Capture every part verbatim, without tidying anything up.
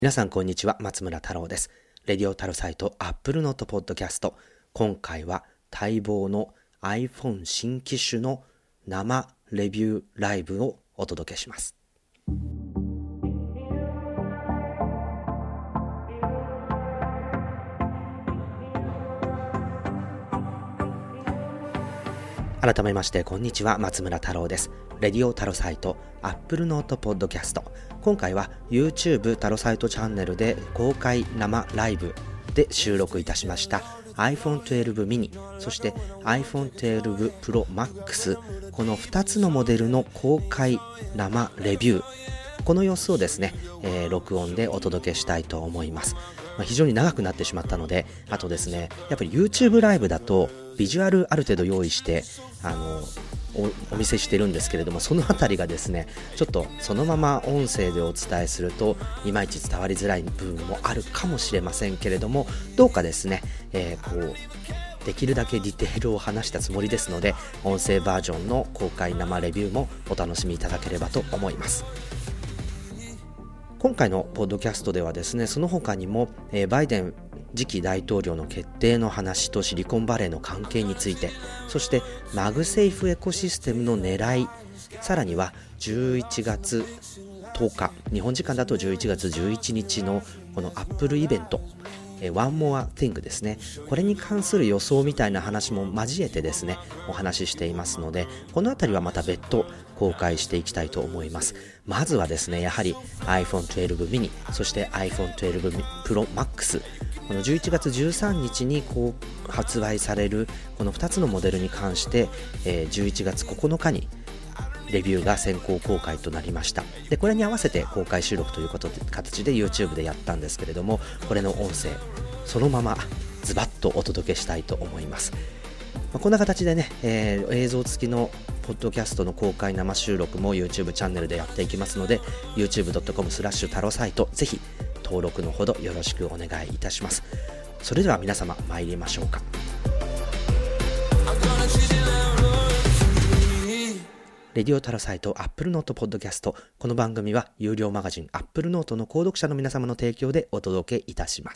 皆さんこんにちは、松村太郎です。レディオタルサイト Apple Note Podcast。今回は待望の iPhone 新機種の生レビューライブをお届けします。改めましてこんにちは、松村太郎です。レディオタロサイト Apple Note Podcast。今回は YouTube タロサイトチャンネルで公開生ライブで収録いたしました iPhone じゅうに mini、 そして iPhone じゅうに Pro Max、 このふたつのモデルの公開生レビュー、この様子をですね、えー、録音でお届けしたいと思います。まあ、非常に長くなってしまったので、あとですね、やっぱり YouTube ライブだとビジュアルある程度用意してあの お, お見せしてるんですけれども、そのあたりがですね、ちょっとそのまま音声でお伝えするといまいち伝わりづらい部分もあるかもしれませんけれども、どうかですね、えー、こうできるだけディテールを話したつもりですので、音声バージョンの公開生レビューもお楽しみいただければと思います。今回のポッドキャストではですね、その他にも、えー、バイデン次期大統領の決定の話とシリコンバレーの関係について、そしてマグセーフエコシステムの狙い、さらにはじゅういちがつとおか、日本時間だとじゅういちがつじゅういちにちのこのアップルイベント、One More Thing ですね、これに関する予想みたいな話も交えてですね、お話ししていますので、このあたりはまた別途公開していきたいと思います。まずはですね、やはり iPhone じゅうに mini、 そして iPhone じゅうに Pro Max、 このじゅういちがつじゅうさんにちにこう発売されるこのふたつのモデルに関して、えー、じゅういちがつここのかにレビューが先行公開となりました。で、これに合わせて公開収録ということで形で YouTube でやったんですけれども、これの音声そのままズバッとお届けしたいと思います。まあ、こんな形でね、えー、映像付きのポッドキャストの公開生収録も YouTube チャンネルでやっていきますので、 ユーチューブドットコムスラッシュタロサイト、ぜひ登録のほどよろしくお願いいたします。それでは皆様参りましょうか。レディオタロサイト Apple Note Podcast。 この番組は有料マガジン Apple Note の購読者の皆様の提供でお届けいたします。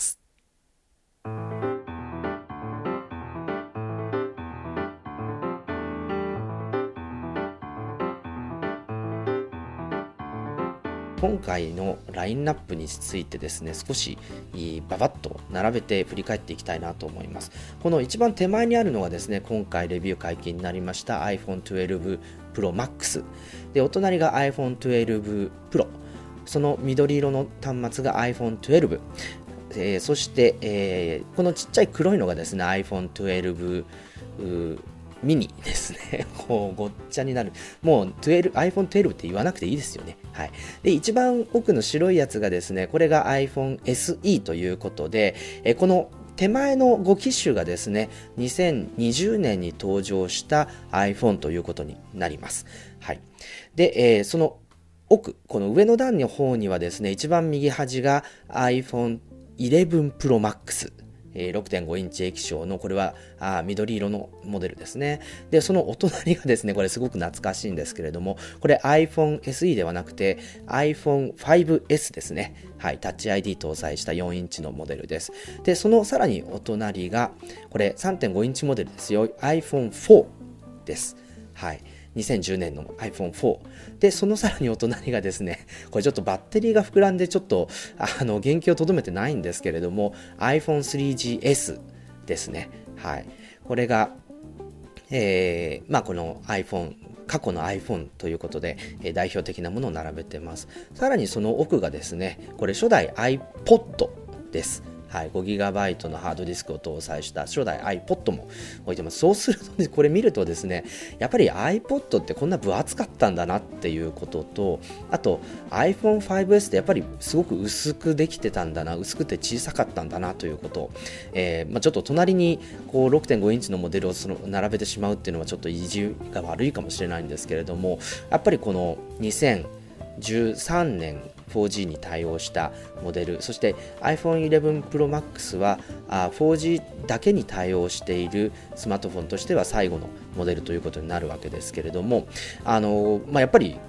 今回のラインナップについてですね、少しババッと並べて振り返っていきたいなと思います。この一番手前にあるのがですね、今回レビュー解禁になりました iPhone じゅうに Pro Max で、お隣が iPhone じゅうに Pro、 その緑色の端末が iPhone じゅうに、えー、そして、えー、このちっちゃい黒いのがですね iPhone じゅうにミニですね。こうごっちゃになる。もうじゅう iPhone じゅうにって言わなくていいですよね。はい。で、一番奥の白いやつがですね、これが iPhone エスイー ということで、えこの手前のご機種がですね、にせんにじゅうねんに登場した iPhone ということになります。はい。で、えー、その奥、この上の段の方にはですね、一番右端が iPhone じゅういち Pro Max。ろくてんごインチ液晶の、これはあ緑色のモデルですね。で、そのお隣がですね、これすごく懐かしいんですけれども、これ iPhone エスイー ではなくて iPhone ファイブエス ですね。はい、タッチ アイディー 搭載したよんインチのモデルです。で、そのさらにお隣が、これ さんてんごインチモデルですよ。iPhone フォー です。はい。にせんじゅうねんの iPhone フォー で、そのさらにお隣がですね、これちょっとバッテリーが膨らんでちょっとあの原型をとどめてないんですけれども、 iPhone スリージーエス ですね。はい、これが、えー、まあこの iPhone、過去の iPhone ということで、えー、代表的なものを並べてます。さらにその奥がですね、これ初代 iPod です。はい、ごギガバイト のハードディスクを搭載した初代 iPod も置いてます。そうすると、ね、これ見るとですね、やっぱり iPod ってこんな分厚かったんだなっていうことと、あと iPhone ファイブエス ってやっぱりすごく薄くできてたんだな、薄くて小さかったんだなということを、えーまあ、ちょっと隣にこう ろくてんごインチのモデルをその並べてしまうっていうのはちょっと意地が悪いかもしれないんですけれども、やっぱりこのにせんじゅうさんねん フォージー に対応したモデル、そして iPhone イレブン Pro Max は フォージー だけに対応しているスマートフォンとしては最後のモデルということになるわけですけれども、あの、まあ、やっぱり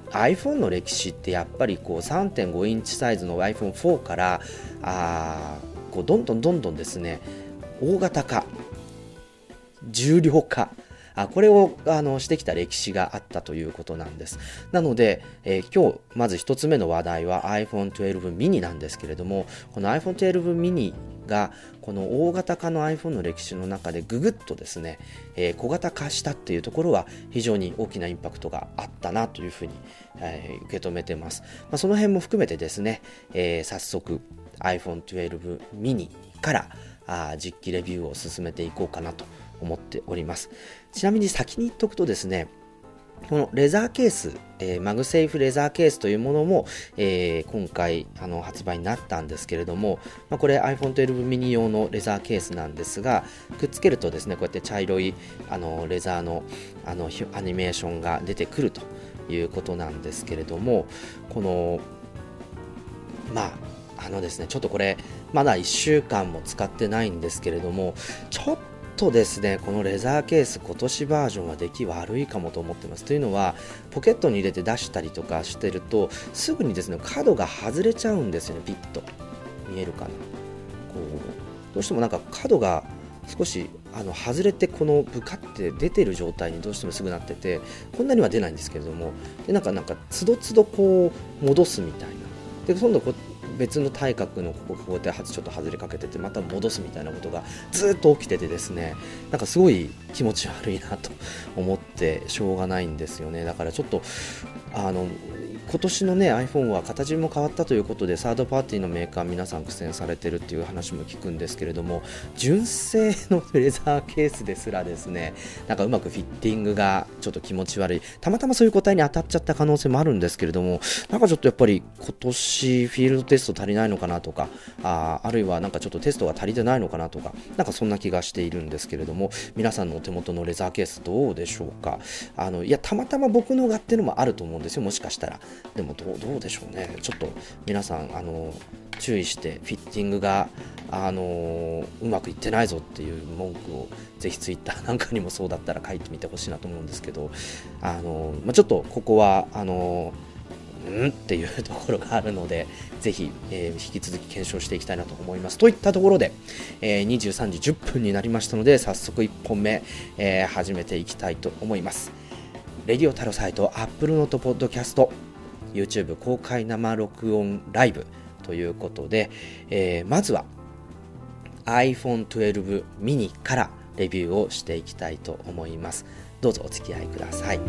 iPhone の歴史ってやっぱりこう さんてんご インチサイズの アイフォンフォー からあこうどんどんどんどんですね大型化、重量化、あこれをあのしてきた歴史があったということなんです。なので、えー、今日まず一つ目の話題は アイフォントゥエルブミニ なんですけれども、この アイフォントゥエルブミニ がこの大型化の iPhone の歴史の中でぐぐっとですね、えー、小型化したっていうところは非常に大きなインパクトがあったなというふうに、えー、受け止めてます。まあ、その辺も含めてですね、えー、早速 アイフォントゥエルブミニ からあ実機レビューを進めていこうかなと思っております。ちなみに先に言っておくとですね、このレザーケース、えー、マグセーフレザーケースというものも、えー、今回あの発売になったんですけれども、まあ、これ アイフォントゥエルブミニ 用のレザーケースなんですが、くっつけるとですねこうやって茶色いあのレザーの、あのアニメーションが出てくるということなんですけれども、このまああのですねちょっとこれまだいっしゅうかんも使ってないんですけれども、ちょっとですねこのレザーケース今年バージョンは出来悪いかもと思ってます。というのはポケットに入れて出したりとかしてるとすぐにですね角が外れちゃうんですよね。ピッと見えるかな、こうどうしてもなんか角が少しあの外れてこのブカって出てる状態にどうしてもすぐなってて、こんなには出ないんですけれども、でなんかなんかつどつどこう戻すみたいな、で今度こう別の対角のこここうやってちょっと外れかけててまた戻すみたいなことがずっと起きててですね、なんかすごい気持ち悪いなと思ってしょうがないんですよね。だからちょっとあの今年のね iPhone は形も変わったということでサードパーティーのメーカー皆さん苦戦されてるっていう話も聞くんですけれども、純正のレザーケースですらですねなんかうまくフィッティングがちょっと気持ち悪い、たまたまそういう答えに当たっちゃった可能性もあるんですけれども、なんかちょっとやっぱり今年フィールドテスト足りないのかなとか、あ, あるいはなんかちょっとテストが足りてないのかなとか、なんかそんな気がしているんですけれども、皆さんのお手元のレザーケースどうでしょうか。あのいやたまたま僕のがっていうのもあると思うんですよ、もしかしたら。でもどう、どうでしょうね。ちょっと皆さんあの注意してフィッティングがあのうまくいってないぞっていう文句をぜひツイッターなんかにもそうだったら書いてみてほしいなと思うんですけど、あの、まあ、ちょっとここはあのんっていうところがあるので、ぜひ、えー、引き続き検証していきたいなと思います。といったところで、えー、にじゅうさんじじゅっぷんになりましたので、早速いっぽんめ、えー、始めていきたいと思います。レディオタロサイト、Apple Note Podcast、YouTube 公開生録音ライブということで、えー、まずは アイフォントゥエルブミニ からレビューをしていきたいと思います。どうぞお付き合いください。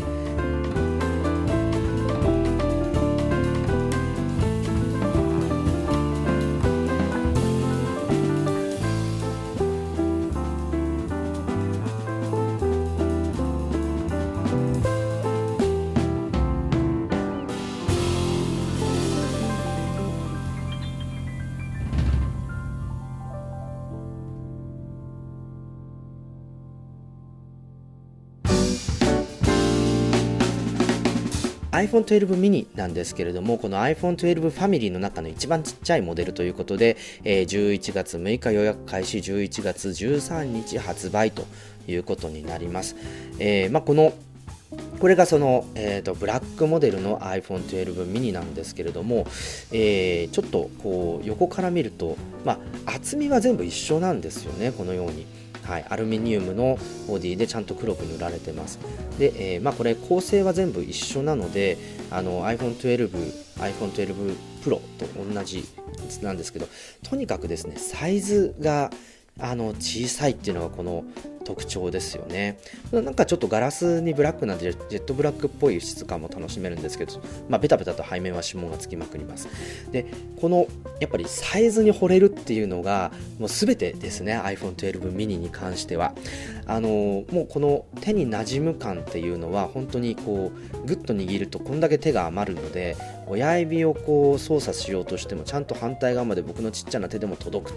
アイフォントゥエルブミニ なんですけれども、この アイフォントゥエルブ ファミリーの中の一番ちっちゃいモデルということで、えー、じゅういちがつむいか予約開始、じゅういちがつじゅうさんにち発売ということになります。えーまあ、このこれがその、えー、とブラックモデルの アイフォントゥエルブミニ なんですけれども、えー、ちょっとこう横から見ると、まあ、厚みは全部一緒なんですよね。このように、はい、アルミニウムのボディでちゃんと黒く塗られてます。で、えーまあ、これ構成は全部一緒なので、あの アイフォントゥエルブ、アイフォントゥエルブ プロ と同じなんですけど、とにかくですねサイズがあの小さいっていうのがこの特徴ですよね。なんかちょっとガラスにブラックなジェットブラックっぽい質感も楽しめるんですけど、まあ、ベタベタと背面は指紋がつきまくります。でこのやっぱりサイズに惚れるっていうのがもう全てですね。 アイフォントゥエルブミニ に関してはあのもうこの手に馴染む感っていうのは本当にこうグッと握るとこんだけ手が余るので、親指をこう操作しようとしてもちゃんと反対側まで僕のちっちゃな手でも届くと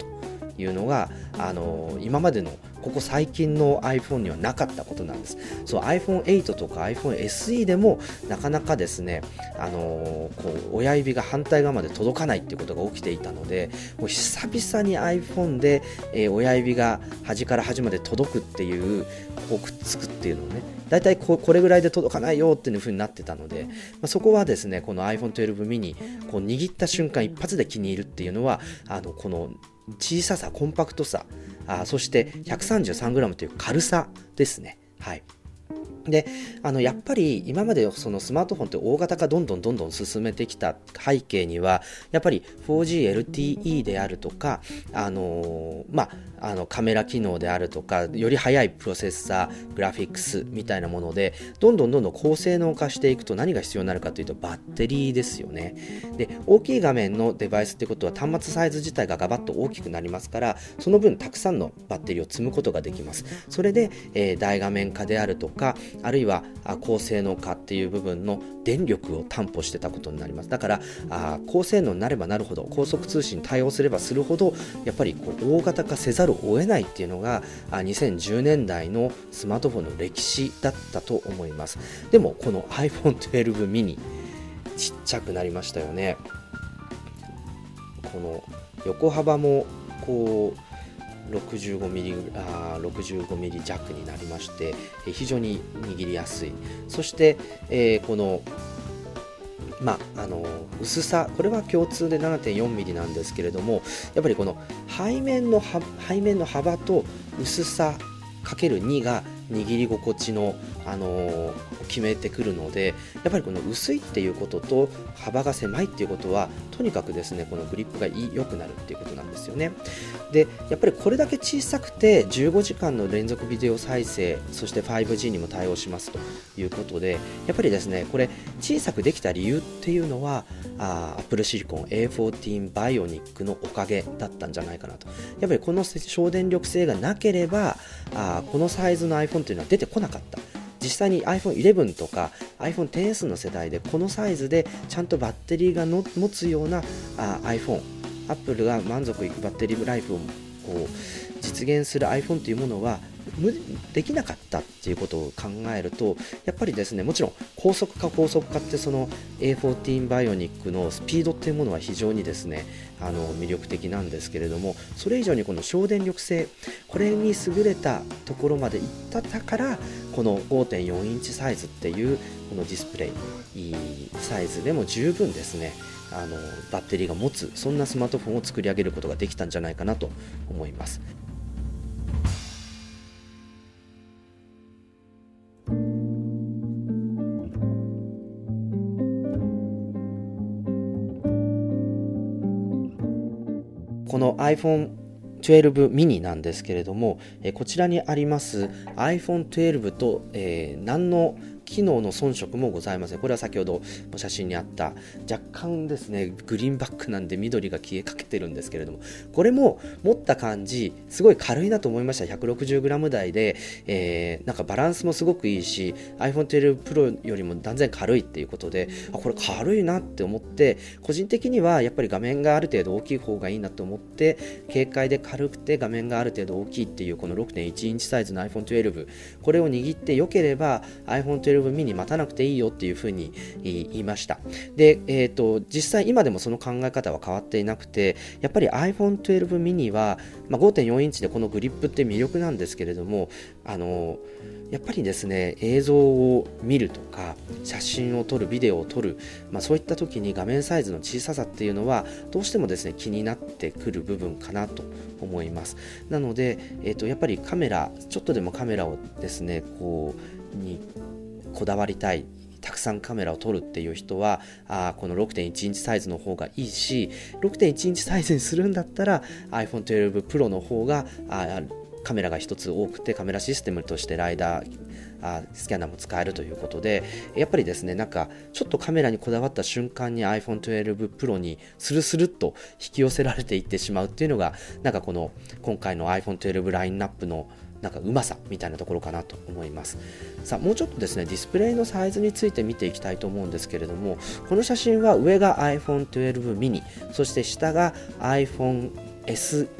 いうのがあの今までのここ最近の iPhone にはなかったことなんです。そう アイフォンエイト とか アイフォンエスイー でもなかなかですね、あのー、こう親指が反対側まで届かないっていうことが起きていたので、もう久々に iPhone で、えー、親指が端から端まで届くっていう、こうくっつくっていうのをね、だいたいこ, これぐらいで届かないよっていう風になってたので、まあ、そこはですね、この アイフォントゥエルブ mini こう握った瞬間一発で気に入るっていうのは、あのこの小ささ、コンパクトさ、あそして ひゃくさんじゅうさんグラム という軽さですね。はい。であのやっぱり今までそのスマートフォンって大型化どんどんどんどん進めてきた背景には、やっぱり フォージーエルティーイー であるとか、あのーまあ、あのカメラ機能であるとか、より速いプロセッサー、グラフィックスみたいなものでどんどんどんどん高性能化していくと、何が必要になるかというとバッテリーですよね。で大きい画面のデバイスってことは端末サイズ自体がガバッと大きくなりますから、その分たくさんのバッテリーを積むことができます。それで、えー、大画面化であるとか、あるいは高性能化っていう部分の電力を担保してたことになります。だからあ高性能になればなるほど、高速通信に対応すればするほど、やっぱりこう大型化せざるを得ないっていうのがあにせんじゅうねんだいのスマートフォンの歴史だったと思います。でもこの アイフォントゥエルブ mini ちっちゃくなりましたよね。この横幅もこうろくじゅうごミリ、あろくじゅうごミリ弱になりまして、非常に握りやすい。そして、えー、この、まあ、あの薄さ、これは共通で ななてんよんミリなんですけれども、やっぱりこの背面の背面の幅と薄さ かけるに が握り心地の、あのー、決めてくるので、やっぱりこの薄いっていうことと幅が狭いっていうことは、とにかくですね、このグリップが良くなるっていうことなんですよね。でやっぱりこれだけ小さくてじゅうごじかんの連続ビデオ再生、そして ファイブジー にも対応しますということで、やっぱりですね、これ小さくできた理由っていうのは、あ Apple Silicon エーフォーティーン Bionic のおかげだったんじゃないかなと。やっぱりこの省電力性がなければ、あこのサイズの iPhone というのは出てこなかった。実際に アイフォンイレブン とか アイフォンテンエス の世代でこのサイズでちゃんとバッテリーがの持つようなあ iPhone、 Apple が満足いくバッテリーライフをこう実現する iPhone というものはできなかったっていうことを考えると、やっぱりですね、もちろん高速化高速化ってその エーフォーティーン Bionic のスピードっていうものは非常にですね、あの魅力的なんですけれども、それ以上にこの省電力性、これに優れたところまでいったから、この ごてんよんインチサイズっていうこのディスプレイサイズでも十分ですね、あのバッテリーが持つ、そんなスマートフォンを作り上げることができたんじゃないかなと思います。この アイフォントゥエルブ mini なんですけれども、えこちらにあります アイフォントゥエルブ と、えー、何の機能の遜色もございません。これは先ほどの写真にあった若干ですね、グリーンバックなんで緑が消えかけてるんですけれども、これも持った感じすごい軽いなと思いました。 ひゃくろくじゅうグラム 台で、えー、なんかバランスもすごくいいし アイフォントゥエルブ Pro よりも断然軽いっていうことで、あこれ軽いなって思って、個人的にはやっぱり画面がある程度大きい方がいいなと思って、軽快で軽くて画面がある程度大きいっていうこの ろくてんいちインチサイズの アイフォントゥエルブ、 これを握って良ければ アイフォントゥエルブ mini 待たなくていいよっていうふうに言いました。で、えーと、実際今でもその考え方は変わっていなくて、やっぱり アイフォントゥエルブ mini は、まあ、ごてんよんインチでこのグリップって魅力なんですけれども、あのやっぱりですね、映像を見るとか写真を撮る、ビデオを撮る、まあ、そういった時に画面サイズの小ささっていうのはどうしてもですね気になってくる部分かなと思います。なので、えーと、やっぱりカメラ、ちょっとでもカメラをですねこうにこだわりたい、たくさんカメラを撮るっていう人はあこの ろくてんいちインチサイズの方がいいし、ろくてんいちインチサイズにするんだったら アイフォントゥエルブ Pro の方があカメラが一つ多くて、カメラシステムとしてライダーあスキャナーも使えるということで、やっぱりですね、なんかちょっとカメラにこだわった瞬間に アイフォントゥエルブ Pro にスルスルっと引き寄せられていってしまうっていうのが、なんかこの今回の アイフォントゥエルブ ラインナップのなんかうまさみたいなところかなと思います。さあもうちょっとですねディスプレイのサイズについて見ていきたいと思うんですけれども、この写真は上が アイフォントゥエルブ mini、 そして下が アイフォンエスイー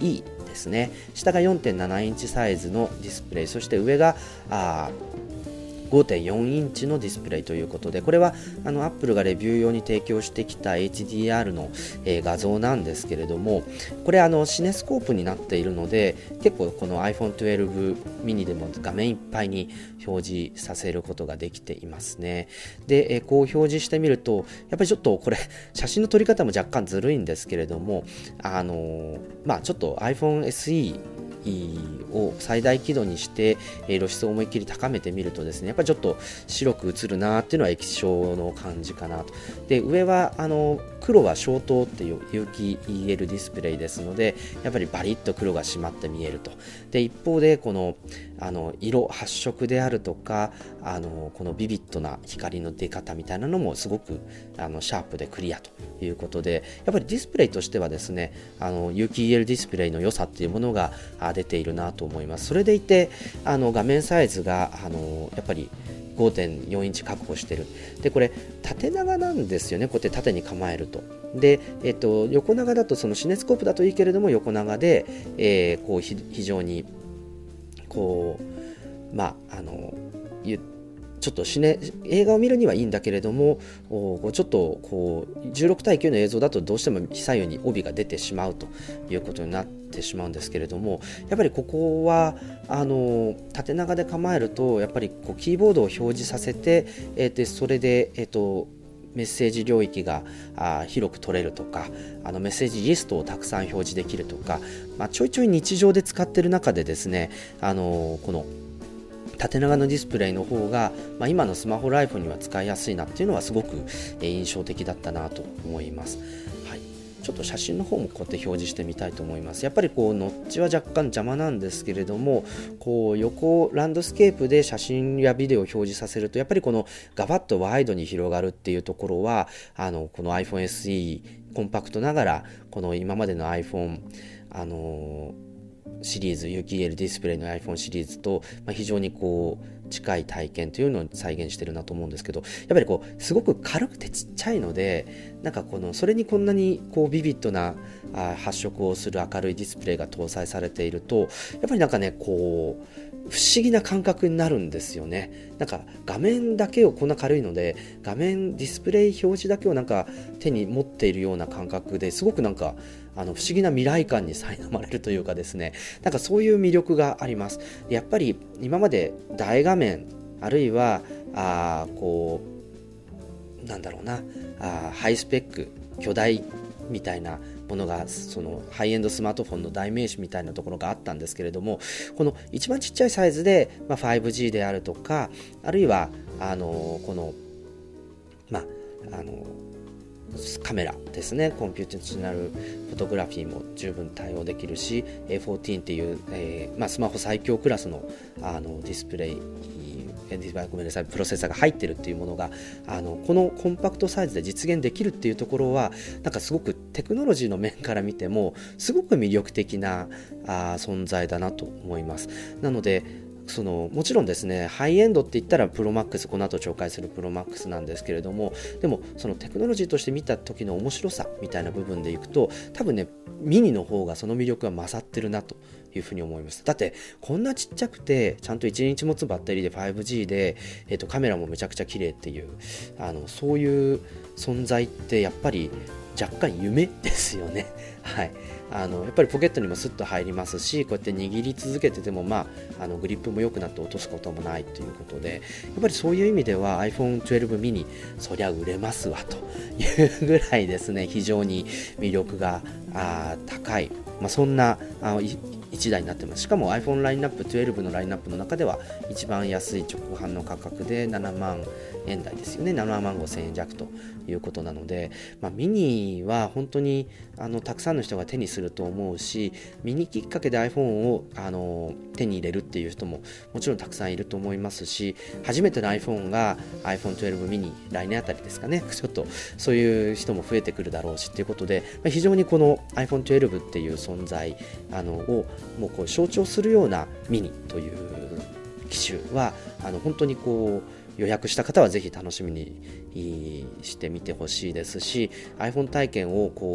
ですね。下が よんてんなな インチサイズのディスプレイ、そして上があ ごてんよん インチのディスプレイということで、これはあの Apple がレビュー用に提供してきた エイチディーアール の、えー、画像なんですけれども、これあのシネスコープになっているので、結構この アイフォントゥエルブ mini でも画面いっぱいに表示させることができていますね。で、えー、こう表示してみると、やっぱりちょっとこれ写真の撮り方も若干ずるいんですけれども、あのー、まあちょっと iPhone エスイーを最大輝度にして、えー、露出を思いっきり高めてみるとですね、やっぱりちょっと白く映るなっていうのは液晶の感じかなと。で、上はあの黒は消灯っていう有機 イーエル ディスプレイですので、やっぱりバリッと黒が締まって見えると。で、一方でこのあの色発色であるとか、あのこのビビッドな光の出方みたいなのもすごくあのシャープでクリアということで、やっぱりディスプレイとしてはですね、あの有機 イーエル ディスプレイの良さっていうものが出ているなと思います。それでいてあの画面サイズがあのやっぱり ごてんよん インチ確保してる。で、これ縦長なんですよね。こうやって縦に構えると。で、えっと、横長だとそのシネスコープだといいけれども、横長で、えー、こう非常にこうまああのちょっとシネ映画を見るにはいいんだけれども、ちょっとこうじゅうろくたいきゅうの映像だとどうしても左右に帯が出てしまうということになってしまうんですけれども、やっぱりここはあの縦長で構えるとやっぱりこうキーボードを表示させて、えー、でそれで、えーとメッセージ領域があ広く取れるとか、あのメッセージリストをたくさん表示できるとか、まあ、ちょいちょい日常で使っている中でですね、あのこの縦長のディスプレイの方が、まあ、今のスマホライフには使いやすいなっていうのはすごく印象的だったなと思います。はい、ちょっと写真の方もこうやって表示してみたいと思います。やっぱりこうノッチは若干邪魔なんですけれども、こう横ランドスケープで写真やビデオを表示させると、やっぱりこのガバッとワイドに広がるっていうところは、あのこの iPhone エスイー コンパクトながらこの今までの iPhone あのーシリーズ、有機 イーエル ディスプレイの iPhone シリーズと、まあ、非常にこう近い体験というのを再現してるなと思うんですけど、やっぱりこうすごく軽くてちっちゃいので、なんかこのそれにこんなにこうビビッドなあ発色をする明るいディスプレイが搭載されていると、やっぱりなんかねこう不思議な感覚になるんですよね。なんか画面だけをこんな軽いので、画面ディスプレイ表示だけをなんか手に持っているような感覚ですごくなんかあの不思議な未来感に苛まれるというかですね、なんかそういう魅力があります。やっぱり今まで大画面あるいはあこうなんだろうなあハイスペック巨大みたいなものがそのハイエンドスマートフォンの代名詞みたいなところがあったんですけれども、この一番ちっちゃいサイズで、まあ、ファイブジー であるとか、あるいはあのこのまああのカメラですね、コンピューテーショナルフォトグラフィーも十分対応できるし、 エーフォーティーン っていう、えーまあ、スマホ最強クラスの、あのディスプレイごめんなさいプロセッサーが入ってるっていうものがあのこのコンパクトサイズで実現できるっていうところは、なんかすごくテクノロジーの面から見てもすごく魅力的なあ存在だなと思います。なのでそのもちろんですね、ハイエンドって言ったらプロマックス、この後紹介するプロマックスなんですけれども、でもそのテクノロジーとして見た時の面白さみたいな部分でいくと、多分ねミニの方がその魅力が勝ってるなというふうに思います。だってこんなちっちゃくてちゃんといちにち持つバッテリーで ファイブジー で、えー、とカメラもめちゃくちゃ綺麗っていう、あのそういう存在ってやっぱり若干夢ですよね。はい、あのやっぱりポケットにもスッと入りますし、こうやって握り続けてても、まあ、あのグリップも良くなって落とすこともないということで、やっぱりそういう意味では アイフォントゥエルブ mini そりゃ売れますわというぐらいですね、非常に魅力があ高い、まあ、そんなあのいちだいになってます。しかも iPhone ラインナップじゅうにのラインナップの中では一番安い直販の価格でななまんえん台ですよね。ななまんごせんえん弱ということなので、まあ、ミニは本当にあのたくさんの人が手にすると思うし、ミニきっかけで iPhone をあの手に入れるっていう人ももちろんたくさんいると思いますし、初めての iPhone が アイフォントゥエルブ mini 来年あたりですかね、ちょっとそういう人も増えてくるだろうしということで、まあ、非常にこの アイフォントゥエルブ っていう存在あのをもうこう象徴するようなミニという機種はあの本当にこう予約した方はぜひ楽しみにしてみてほしいですし、 iPhone 体験をこう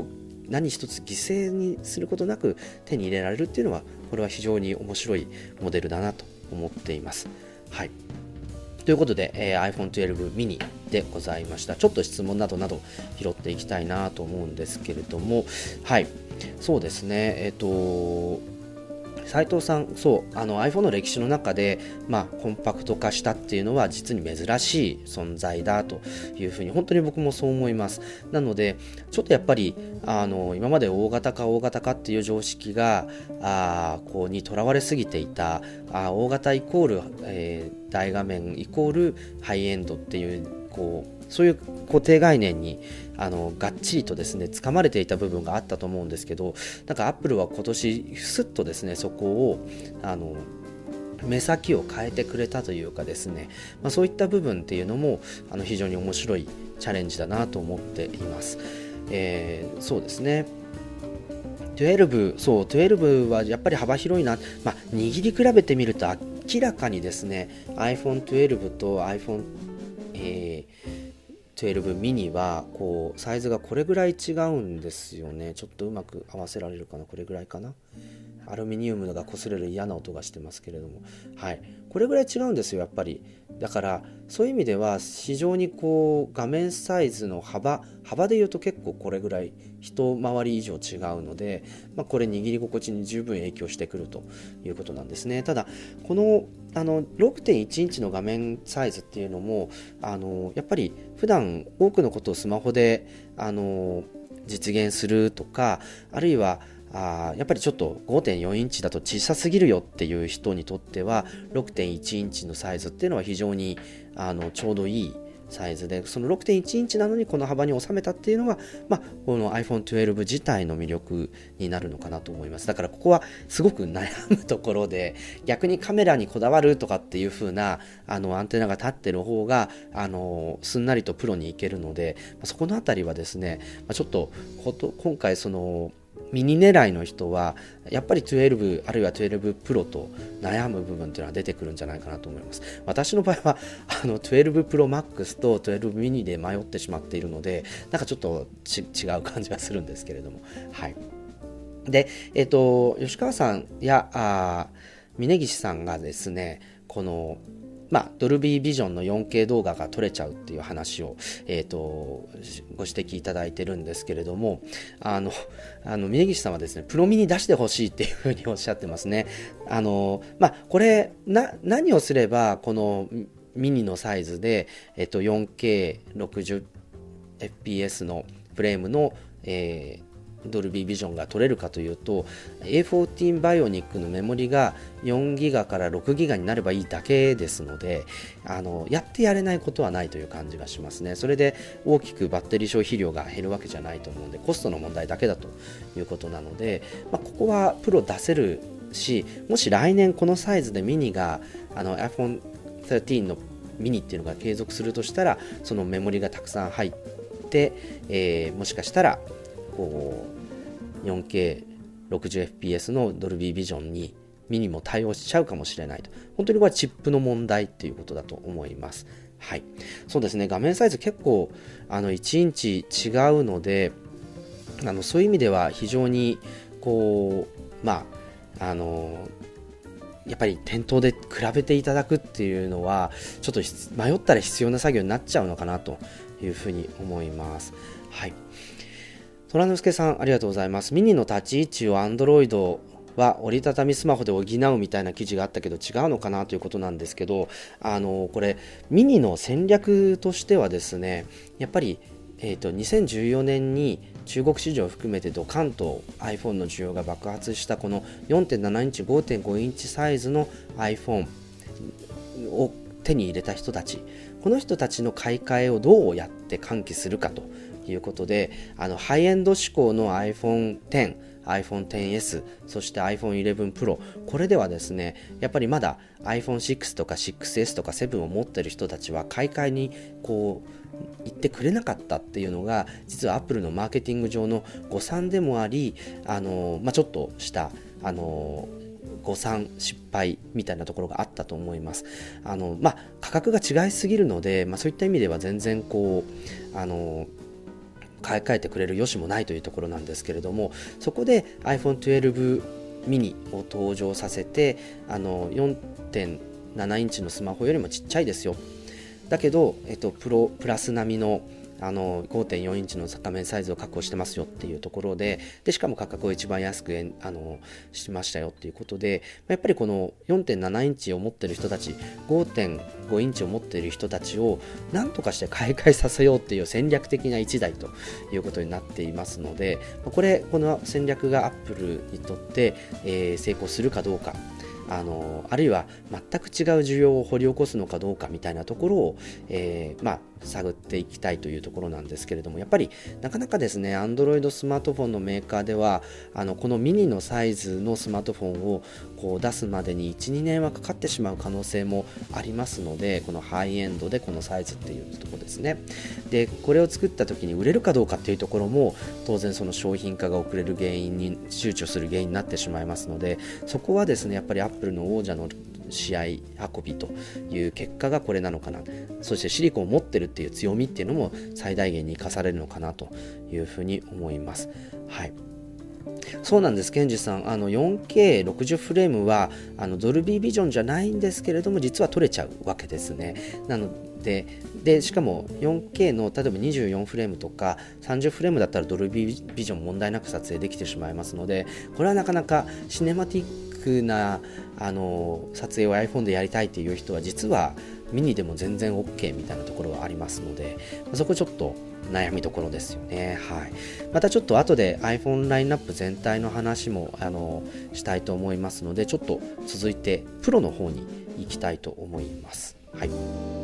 何一つ犠牲にすることなく手に入れられるっていうのは、これは非常に面白いモデルだなと思っています。はい。ということで、えー、アイフォントゥエルブ mini でございました。ちょっと質問などなど拾っていきたいなと思うんですけれども、はい、そうですね、えっと斉藤さん、そうあの iPhone の歴史の中で、まあ、コンパクト化したっていうのは実に珍しい存在だというふうに本当に僕もそう思います。なのでちょっとやっぱりあの今まで大型化大型化っていう常識があこうにとらわれすぎていた、あ大型イコール、えー、大画面イコールハイエンドっていうこうそういう固定概念にあのがっちりとですね掴まれていた部分があったと思うんですけど、なんかアップルは今年すっとですねそこをあの目先を変えてくれたというかですね、まあ、そういった部分っていうのもあの非常に面白いチャレンジだなと思っています。えー、そうですねじゅうに、そう、じゅうにはやっぱり幅広いな、まあ、握り比べてみると明らかにですね アイフォントゥエルブ と iPhone、えーじゅうに mini はこうサイズがこれぐらい違うんですよね。ちょっとうまく合わせられるかな、これぐらいかな。アルミニウムが擦れる嫌な音がしてますけれども、はい、これぐらい違うんですよやっぱり。だからそういう意味では非常にこう画面サイズの幅幅でいうと結構これぐらい一回り以上違うので、まあ、これ握り心地に十分影響してくるということなんですね。ただこのあの ろくてんいち インチの画面サイズっていうのもあのやっぱり普段多くのことをスマホであの実現するとか、あるいはあやっぱりちょっと ごてんよん インチだと小さすぎるよっていう人にとっては ろくてんいち インチのサイズっていうのは非常にあのちょうどいいサイズで、その ろくてんいち インチなのにこの幅に収めたっていうのが、まあ、この アイフォントゥエルブ 自体の魅力になるのかなと思います。だからここはすごく悩むところで、逆にカメラにこだわるとかっていう風なあのアンテナが立ってる方があのすんなりとプロに行けるので、そこのあたりはですねちょっとこと今回そのミニ狙いの人はやっぱりじゅうにあるいはじゅうにプロと悩む部分というのは出てくるんじゃないかなと思います。私の場合はあのじゅうにプロマックスとじゅうにミニで迷ってしまっているので、なんかちょっとち違う感じはするんですけれども、はい。で、えっと吉川さんやあ峯岸さんがですねこのまあ、ドルビービジョンの よんケー 動画が撮れちゃうっていう話を、えーと、ご指摘いただいてるんですけれども、あの、あの峯岸さんはですね、プロミニ出してほしいっていうふうにおっしゃってますね。あの、まあ、これな、何をすればこのミニのサイズで、えっと、よんケーろくじゅうエフピーエス のフレームの、えードルビービジョンが取れるかというと エーフォーティーン バイオニックのメモリがよんギガからろくギガになればいいだけですので、あのやってやれないことはないという感じがしますね。それで大きくバッテリー消費量が減るわけじゃないと思うので、コストの問題だけだということなので、まあ、ここはプロ出せるし、もし来年このサイズでミニがあの アイフォンじゅうさんのミニっていうのが継続するとしたら、そのメモリがたくさん入って、えー、もしかしたらこう よんケーろくじゅうエフピーエス のドルビービジョンにミニも対応しちゃうかもしれないと。本当にこれはチップの問題っていうことだと思います。はい、そうですね。画面サイズ結構あのいちインチ違うので、あのそういう意味では非常にこうまああのやっぱり店頭で比べていただくっていうのはちょっと迷ったら必要な作業になっちゃうのかなというふうに思います。はい。虎之助さん、ありがとうございます。ミニの立ち位置を Android は折りたたみスマホで補うみたいな記事があったけど違うのかなということなんですけど、あのこれミニの戦略としてはですね、やっぱり、えーと、にせんじゅうよねんに中国市場を含めてドカンと iPhone の需要が爆発したこの よんてんなな インチ ごてんご インチサイズの iPhone を手に入れた人たち、この人たちの買い替えをどうやって喚起するかということで、あのハイエンド志向の アイフォンテン、アイフォンテンエス、そして アイフォンイレブンプロ、これではですね、やっぱりまだ アイフォンシックス とか シックスエス とかセブンを持っている人たちは買い替えにこう言ってくれなかったっていうのが、実は Apple のマーケティング上の誤算でもあり、あの、まあ、ちょっとしたあの誤算失敗みたいなところがあったと思います。あの、まあ、価格が違いすぎるので、まあ、そういった意味では全然こうあの買い替えてくれるよしもないというところなんですけれども、そこで アイフォンじゅうに ミニを登場させて、あの よんてんなな インチのスマホよりもちっちゃいですよ、だけど、えっと、プロプラス並みのあの ごてんよん インチの画面サイズを確保してますよっていうところで、でしかも価格を一番安くえんあのしましたよっていうことで、やっぱりこの よんてんなな インチを持ってる人たち、ごてんご インチを持っている人たちを何とかして買い替えさせようっていう戦略的ないちだいということになっていますので、これこの戦略がアップルにとって、えー、成功するかどうか、あのあるいは全く違う需要を掘り起こすのかどうかみたいなところを、えーまあ、探っていきたいというところなんですけれども、やっぱりなかなかですね、Android スマートフォンのメーカーではあのこのミニのサイズのスマートフォンをこう出すまでにいち、にねんはかかってしまう可能性もありますので、このハイエンドでこのサイズっていうところですね。でこれを作った時に売れるかどうかっていうところも当然その商品化が遅れる原因に躊躇する原因になってしまいますので、そこはですねやっぱりアップルの王者の試合運びという結果がこれなのかな、そしてシリコンを持ってるっていう強みっていうのも最大限に生かされるのかなというふうに思います。はい、そうなんです。ケンジさん、あの よんケーろくじゅう フレームはあのドルビービジョンじゃないんですけれども、実は撮れちゃうわけですね。なので、でしかも よんケー の例えばにじゅうよんフレームとかさんじゅうフレームだったらドルビービジョン問題なく撮影できてしまいますので、これはなかなかシネマティックなあの撮影を iPhone でやりたいという人は実はミニでも全然 OK みたいなところがありますので、そこちょっと悩みどころですよね。はい、またちょっと後で iPhone ラインナップ全体の話もあのしたいと思いますので、ちょっと続いてプロの方に行きたいと思います。はい、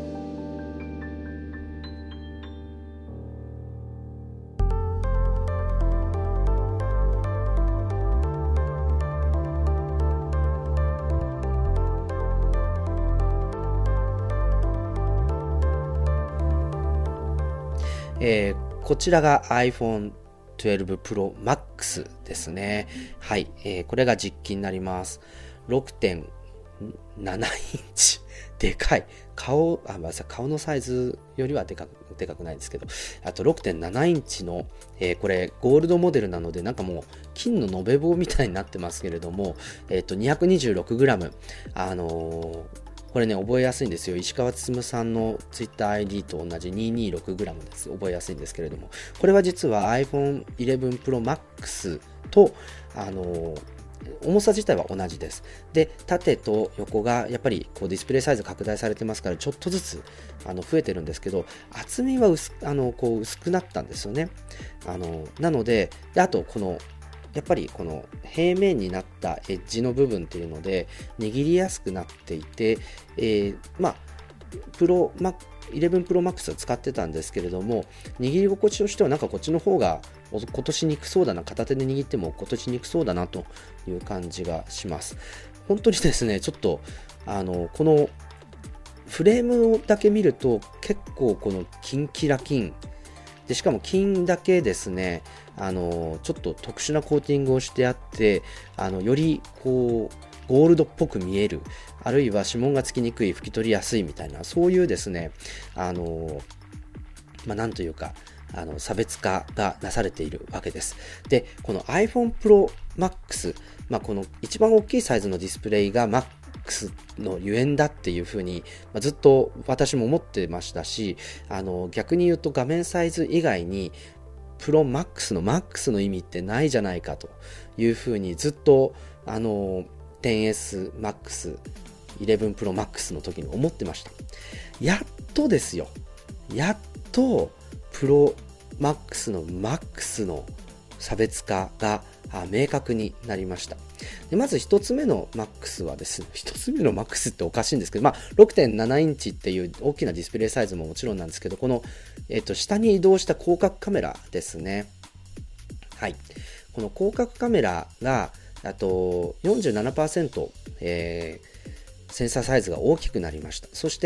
えー、こちらが アイフォンじゅうに Pro Max ですね。はい、えー、これが実機になります。ろくてんなな インチ。でかい。顔、あ、まあ、顔のサイズよりはでかく、でかくないですけど、あと ろくてんなな インチの、えー、これゴールドモデルなので、なんかもう金の延べ棒みたいになってますけれども、えっと にひゃくにじゅうろくグラム、あのーこれね覚えやすいんですよ。石川進さんのツイッター アイディー と同じ にひゃくにじゅうろくグラム です。覚えやすいんですけれども、これは実は アイフォンじゅういち Pro Max とあの重さ自体は同じです。で、縦と横がやっぱりこうディスプレイサイズ拡大されてますから、ちょっとずつあの増えてるんですけど、厚みは薄あのこう薄くなったんですよね。あのなので、であとこのやっぱりこの平面になったエッジの部分っていうので握りやすくなっていて、えー、まあプロマじゅういち Pro Max を使ってたんですけれども、握り心地としてはなんかこっちの方が落としにくそうだな、片手で握っても落としにくそうだなという感じがします。本当にですね、ちょっとあのこのフレームだけ見ると結構このキンキラキンで、しかも金だけですね、あのちょっと特殊なコーティングをしてあって、あのよりこうゴールドっぽく見える、あるいは指紋がつきにくい、拭き取りやすいみたいな、そういうですね、あのまあ、なんというかあの差別化がなされているわけです。で、この iPhone Pro Max、まあ、この一番大きいサイズのディスプレイが Maxのゆえんだっていうふうに、まあ、ずっと私も思ってましたし、あの逆に言うと画面サイズ以外にプロマックスのマックスの意味ってないじゃないかというふうにずっとあの テンエス Max、じゅういち Pro Max の時に思ってました。やっとですよ。やっとプロマックスのマックスの差別化が明確になりました。でまず一つ目の Max はですね、一つ目の Max っておかしいんですけど、まあ ろくてんなな インチっていう大きなディスプレイサイズももちろんなんですけど、この、えっと、下に移動した広角カメラですね。はい。この広角カメラが、あと よんじゅうななパーセント、えーセンサーサイズが大きくなりました。そして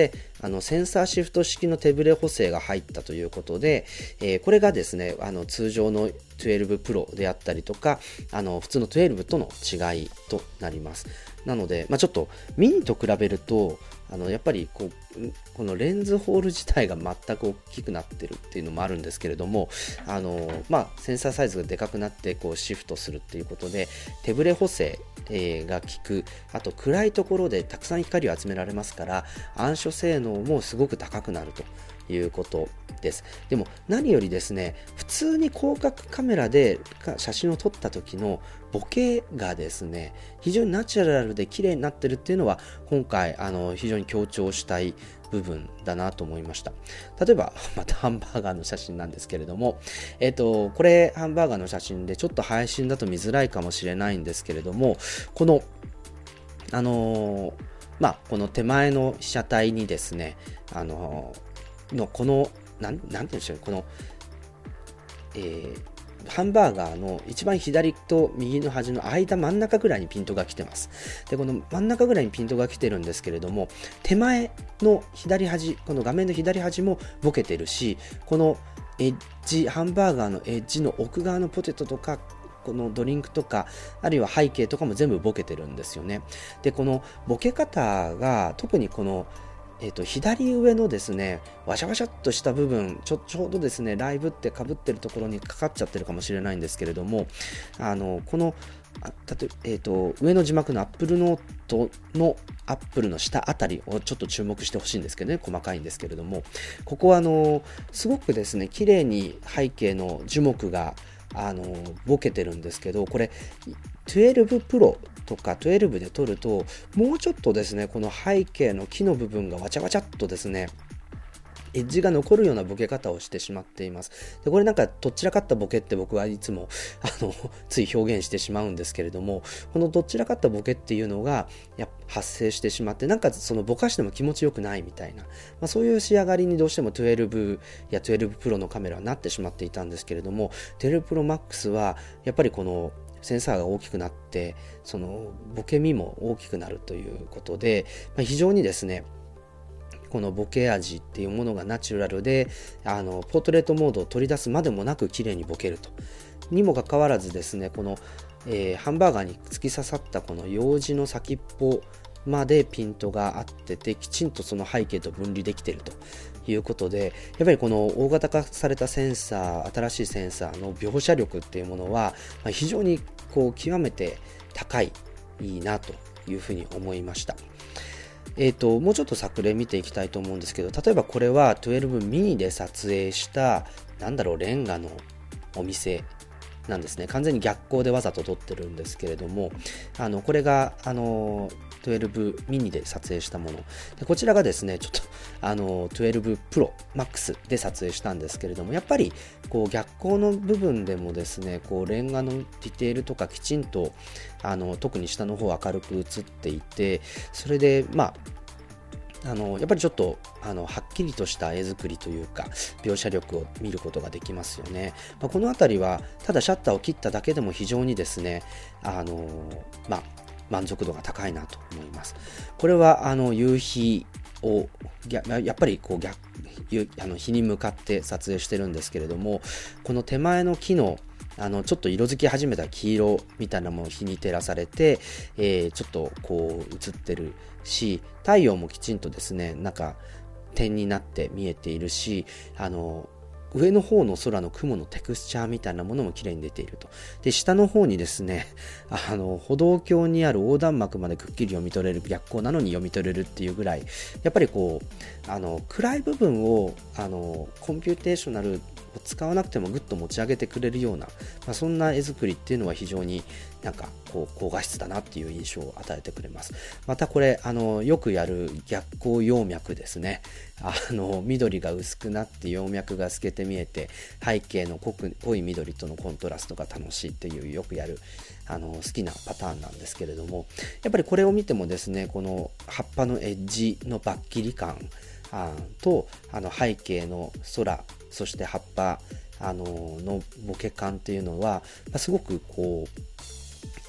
あのセンサーシフト式の手ブレ補正が入ったということで、えー、これがですねあの通常のじゅうにプロであったりとかあの普通のじゅうにとの違いとなります。なので、まあ、ちょっとミニと比べるとあのやっぱりこうこのレンズホール自体が全く大きくなってるっていうのもあるんですけれども、あの、まあ、センサーサイズがでかくなってこうシフトするっていうことで手ブレ補正、えー、が効く。あと暗いところでたくさん光を集められますから暗所性能もすごく高くなるということです。でも何よりですね、普通に広角カメラで写真を撮った時のボケがですね非常にナチュラルで綺麗になってるっていうのは今回あの非常に強調したい部分だなと思いました。例えばまたハンバーガーの写真なんですけれども、えっとこれハンバーガーの写真でちょっと配信だと見づらいかもしれないんですけれども、このあのー、まあこの手前の被写体にですねあのー、のこのなん、なんて言うんでしょう、この、えー、ハンバーガーの一番左と右の端の間真ん中ぐらいにピントが来てます。で、この真ん中ぐらいにピントが来てるんですけれども、手前の左端、この画面の左端もボケてるし、このエッジ、ハンバーガーのエッジの奥側のポテトとか、このドリンクとかあるいは背景とかも全部ボケてるんですよね。で、このボケ方が特にこのえー、と左上のですねわしゃわしゃっとした部分ちょ、ちょうどですねライブってかぶってるところにかかっちゃってるかもしれないんですけれども、あのこのあたと、えー、と上の字幕の Apple Note の Apple の下あたりをちょっと注目してほしいんですけどね、細かいんですけれども、ここはあのすごくですね綺麗に背景の樹木があのボケてるんですけど、これじゅうにプロとかじゅうにで撮るともうちょっとですねこの背景の木の部分がわちゃわちゃっとですねエッジが残るようなボケ方をしてしまっています。でこれなんかどっちらかったボケって僕はいつもあのつい表現してしまうんですけれども、このどちらかったボケっていうのがや発生してしまってなんかそのぼかしても気持ちよくないみたいな、まあ、そういう仕上がりにどうしてもじゅうにやじゅうにプロのカメラはなってしまっていたんですけれども、じゅうにプロマックスはやっぱりこのセンサーが大きくなってそのボケ身も大きくなるということで、まあ、非常にですねこのボケ味っていうものがナチュラルであのポートレートモードを取り出すまでもなく綺麗にボケるとにもかかわらずですねこの、えー、ハンバーガーに突き刺さったこの楊枝の先っぽまでピントが合っててきちんとその背景と分離できているということで、やっぱりこの大型化されたセンサー、新しいセンサーの描写力っていうものは非常にこう極めて高いいいなというふうに思いました。えーと、もうちょっと作例見ていきたいと思うんですけど、例えばこれはじゅうにミニで撮影したなんだろうレンガのお店なんですね。完全に逆光でわざと撮ってるんですけれども、あのこれがあのじゅうにミニで撮影したもので、こちらがですねちょっとあのじゅうにプロマックスで撮影したんですけれども、やっぱりこう逆光の部分でもですねこうレンガのディテールとかきちんとあの特に下の方明るく映っていて、それでまああのやっぱりちょっとあのはっきりとした絵作りというか描写力を見ることができますよね。まあ、このあたりはただシャッターを切っただけでも非常にですねあのまあ満足度が高いなと思います。これはあの夕日をやっぱりこう逆あの日に向かって撮影してるんですけれども、この手前の木のあのちょっと色づき始めた黄色みたいなものを日に照らされて、えー、ちょっとこう映ってるし、太陽もきちんとですねなんか点になって見えているし、あの上の方の空の雲のテクスチャーみたいなものも綺麗に出ていると。で下の方にですねあの歩道橋にある横断幕までくっきり読み取れる、逆光なのに読み取れるっていうぐらいやっぱりこうあの暗い部分をあのコンピューテーショナル使わなくてもぐっと持ち上げてくれるような、まあ、そんな絵作りっていうのは非常になんかこう高画質だなっていう印象を与えてくれます。またこれあのよくやる逆光葉脈ですね。あの緑が薄くなって葉脈が透けて見えて背景の濃く濃い緑とのコントラストが楽しいっていうよくやるあの好きなパターンなんですけれども、やっぱりこれを見てもですねこの葉っぱのエッジのバッキリ感あとあの背景の空、そして葉っぱあののボケ感っていうのは、まあ、すごくこう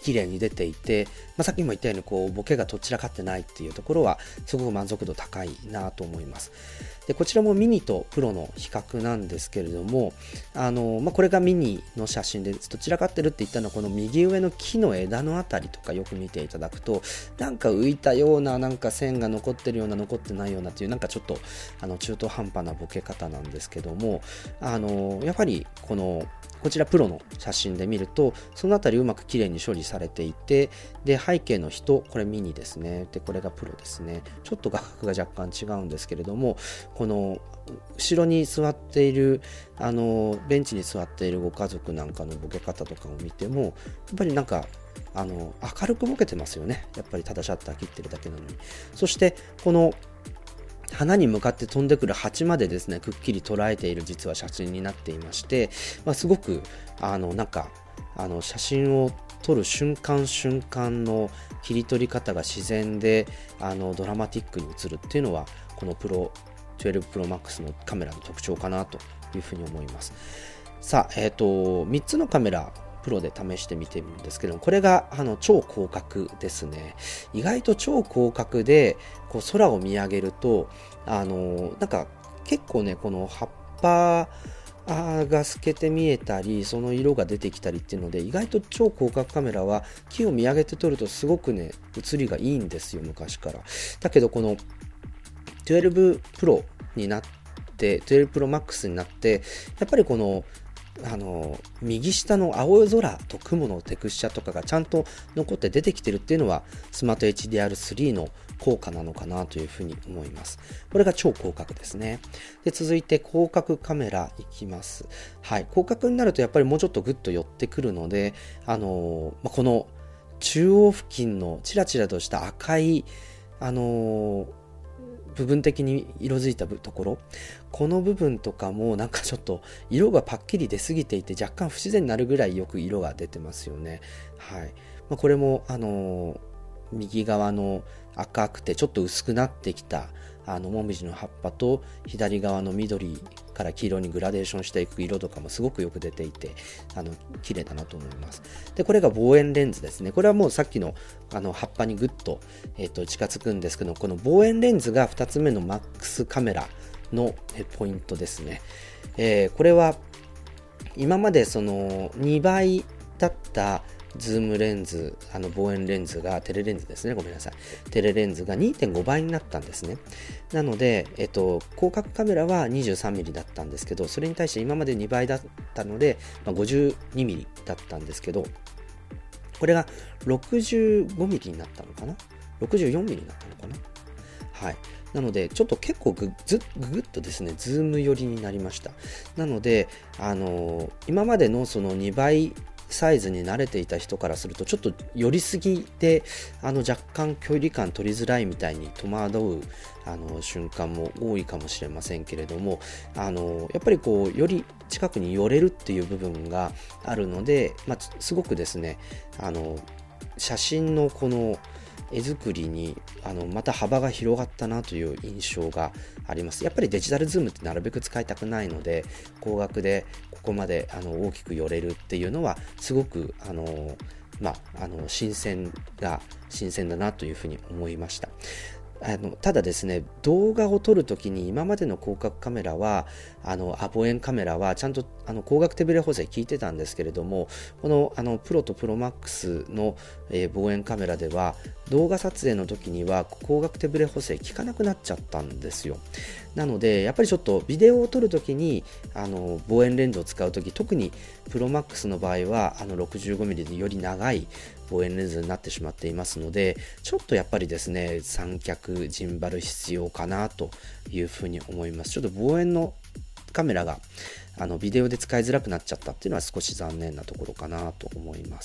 綺麗に出ていて、まあ、さっきも言ったようにこうボケがとっちらかってないっていうところはすごく満足度高いなと思います。でこちらもミニとプロの比較なんですけれども、あの、まあ、これがミニの写真でどちらかってるって言ったのはこの右上の木の枝のあたりとかよく見ていただくと、なんか浮いたような、なんか線が残ってるような残ってないようなっていう、なんかちょっとあの中途半端なボケ方なんですけども、あのやはりこのこちらプロの写真で見るとそのあたりうまく綺麗に処理されていて、で背景の人、これミニですね、でこれがプロですね、ちょっと画角が若干違うんですけれども、この後ろに座っているあのベンチに座っているご家族なんかのボケ方とかを見てもやっぱりなんかあの明るくボケてますよね。やっぱりただシャッター切ってるだけなのに。そしてこの花に向かって飛んでくる蜂までですねくっきり捉えている実は写真になっていまして、まあ、すごくあのなんかあの写真を撮る瞬間瞬間の切り取り方が自然であのドラマティックに映るっていうのはこのプロじゅうにプロマックスのカメラの特徴かなというふうに思います。さあ、えーと、みっつのカメラプロで試してみてみるんですけども、これがあの超広角ですね。意外と超広角でこう空を見上げるとあのなんか結構ねこの葉っぱが透けて見えたりその色が出てきたりっていうので、意外と超広角カメラは木を見上げて撮るとすごくね写りがいいんですよ、昔から。だけどこのじゅうにプロになってじゅうにプロマックスになってやっぱりこのあの右下の青空と雲のテクスチャとかがちゃんと残って出てきてるっていうのはスマート エイチディーアールスリー の効果なのかなというふうに思います。これが超広角ですね。で続いて広角カメラいきます。はい、広角になるとやっぱりもうちょっとグッと寄ってくるので、あのまあ、この中央付近のチラチラとした赤いあの部分的に色づいたところ、この部分とかもなんかちょっと色がパッキリ出過ぎていて若干不自然になるぐらいよく色が出てますよね。はい、まあ、これもあのー、右側の赤くてちょっと薄くなってきたあのもみじの葉っぱと左側の緑から黄色にグラデーションしていく色とかもすごくよく出ていてあの綺麗だなと思います。でこれが望遠レンズですね。これはもうさっきのあの葉っぱにグッと、えー、と近づくんですけど、この望遠レンズがふたつめのマックスカメラのポイントですね。えー、これは今までそのにばいだったズームレンズ、あの望遠レンズがテレレンズですね、ごめんなさい、テレレンズが にてんごばいになったんですね。なので、えっと、広角カメラは にじゅうさんミリ だったんですけど、それに対して今までにばいだったので、まあ、ごじゅうにミリ だったんですけど、これが ろくじゅうごミリ になったのかな、ろくじゅうよんミリ になったのかな。はい、なのでちょっと結構ぐずぐぐっとですねズーム寄りになりました。なので、あのー、今までのそのにばいサイズに慣れていた人からするとちょっと寄りすぎてあの若干距離感取りづらいみたいに戸惑うあの瞬間も多いかもしれませんけれども、あのやっぱりこうより近くに寄れるっていう部分があるので、まあ、すごくですねあの写真のこの絵作りにあのまた幅が広がったなという印象があります。やっぱりデジタルズームってなるべく使いたくないので、光学でここまであの大きく寄れるっていうのはすごくあの、まあ、あの新鮮が新鮮だなというふうに思いました。あのただですね、動画を撮るときに今までの広角カメラはあのあ望遠カメラはちゃんとあの光学手ブレ補正効いてたんですけれども、このあのプロとプロマックスの、えー、望遠カメラでは動画撮影の時には光学手ブレ補正効かなくなっちゃったんですよ。なのでやっぱりちょっとビデオを撮るときにあの望遠レンズを使うとき、特にプロマックスの場合はあの ろくじゅうごミリ でより長い望遠レンズになってしまっていますので、ちょっとやっぱりですね三脚ジンバル必要かなというふうに思います。ちょっと望遠のカメラがあのビデオで使いづらくなっちゃったっていうのは少し残念なところかなと思います。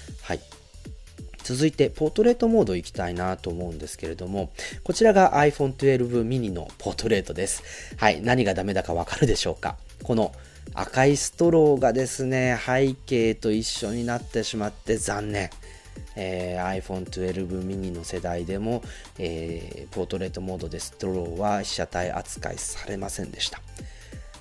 はい、続いてポートレートモード行きたいなと思うんですけれども、こちらが アイフォンじゅうに ミニのポートレートです。はい、何がダメだかわかるでしょうか。この赤いストローがですね背景と一緒になってしまって残念。えー、アイフォンじゅうに ミニの世代でも、えー、ポートレートモードでストローは被写体扱いされませんでした。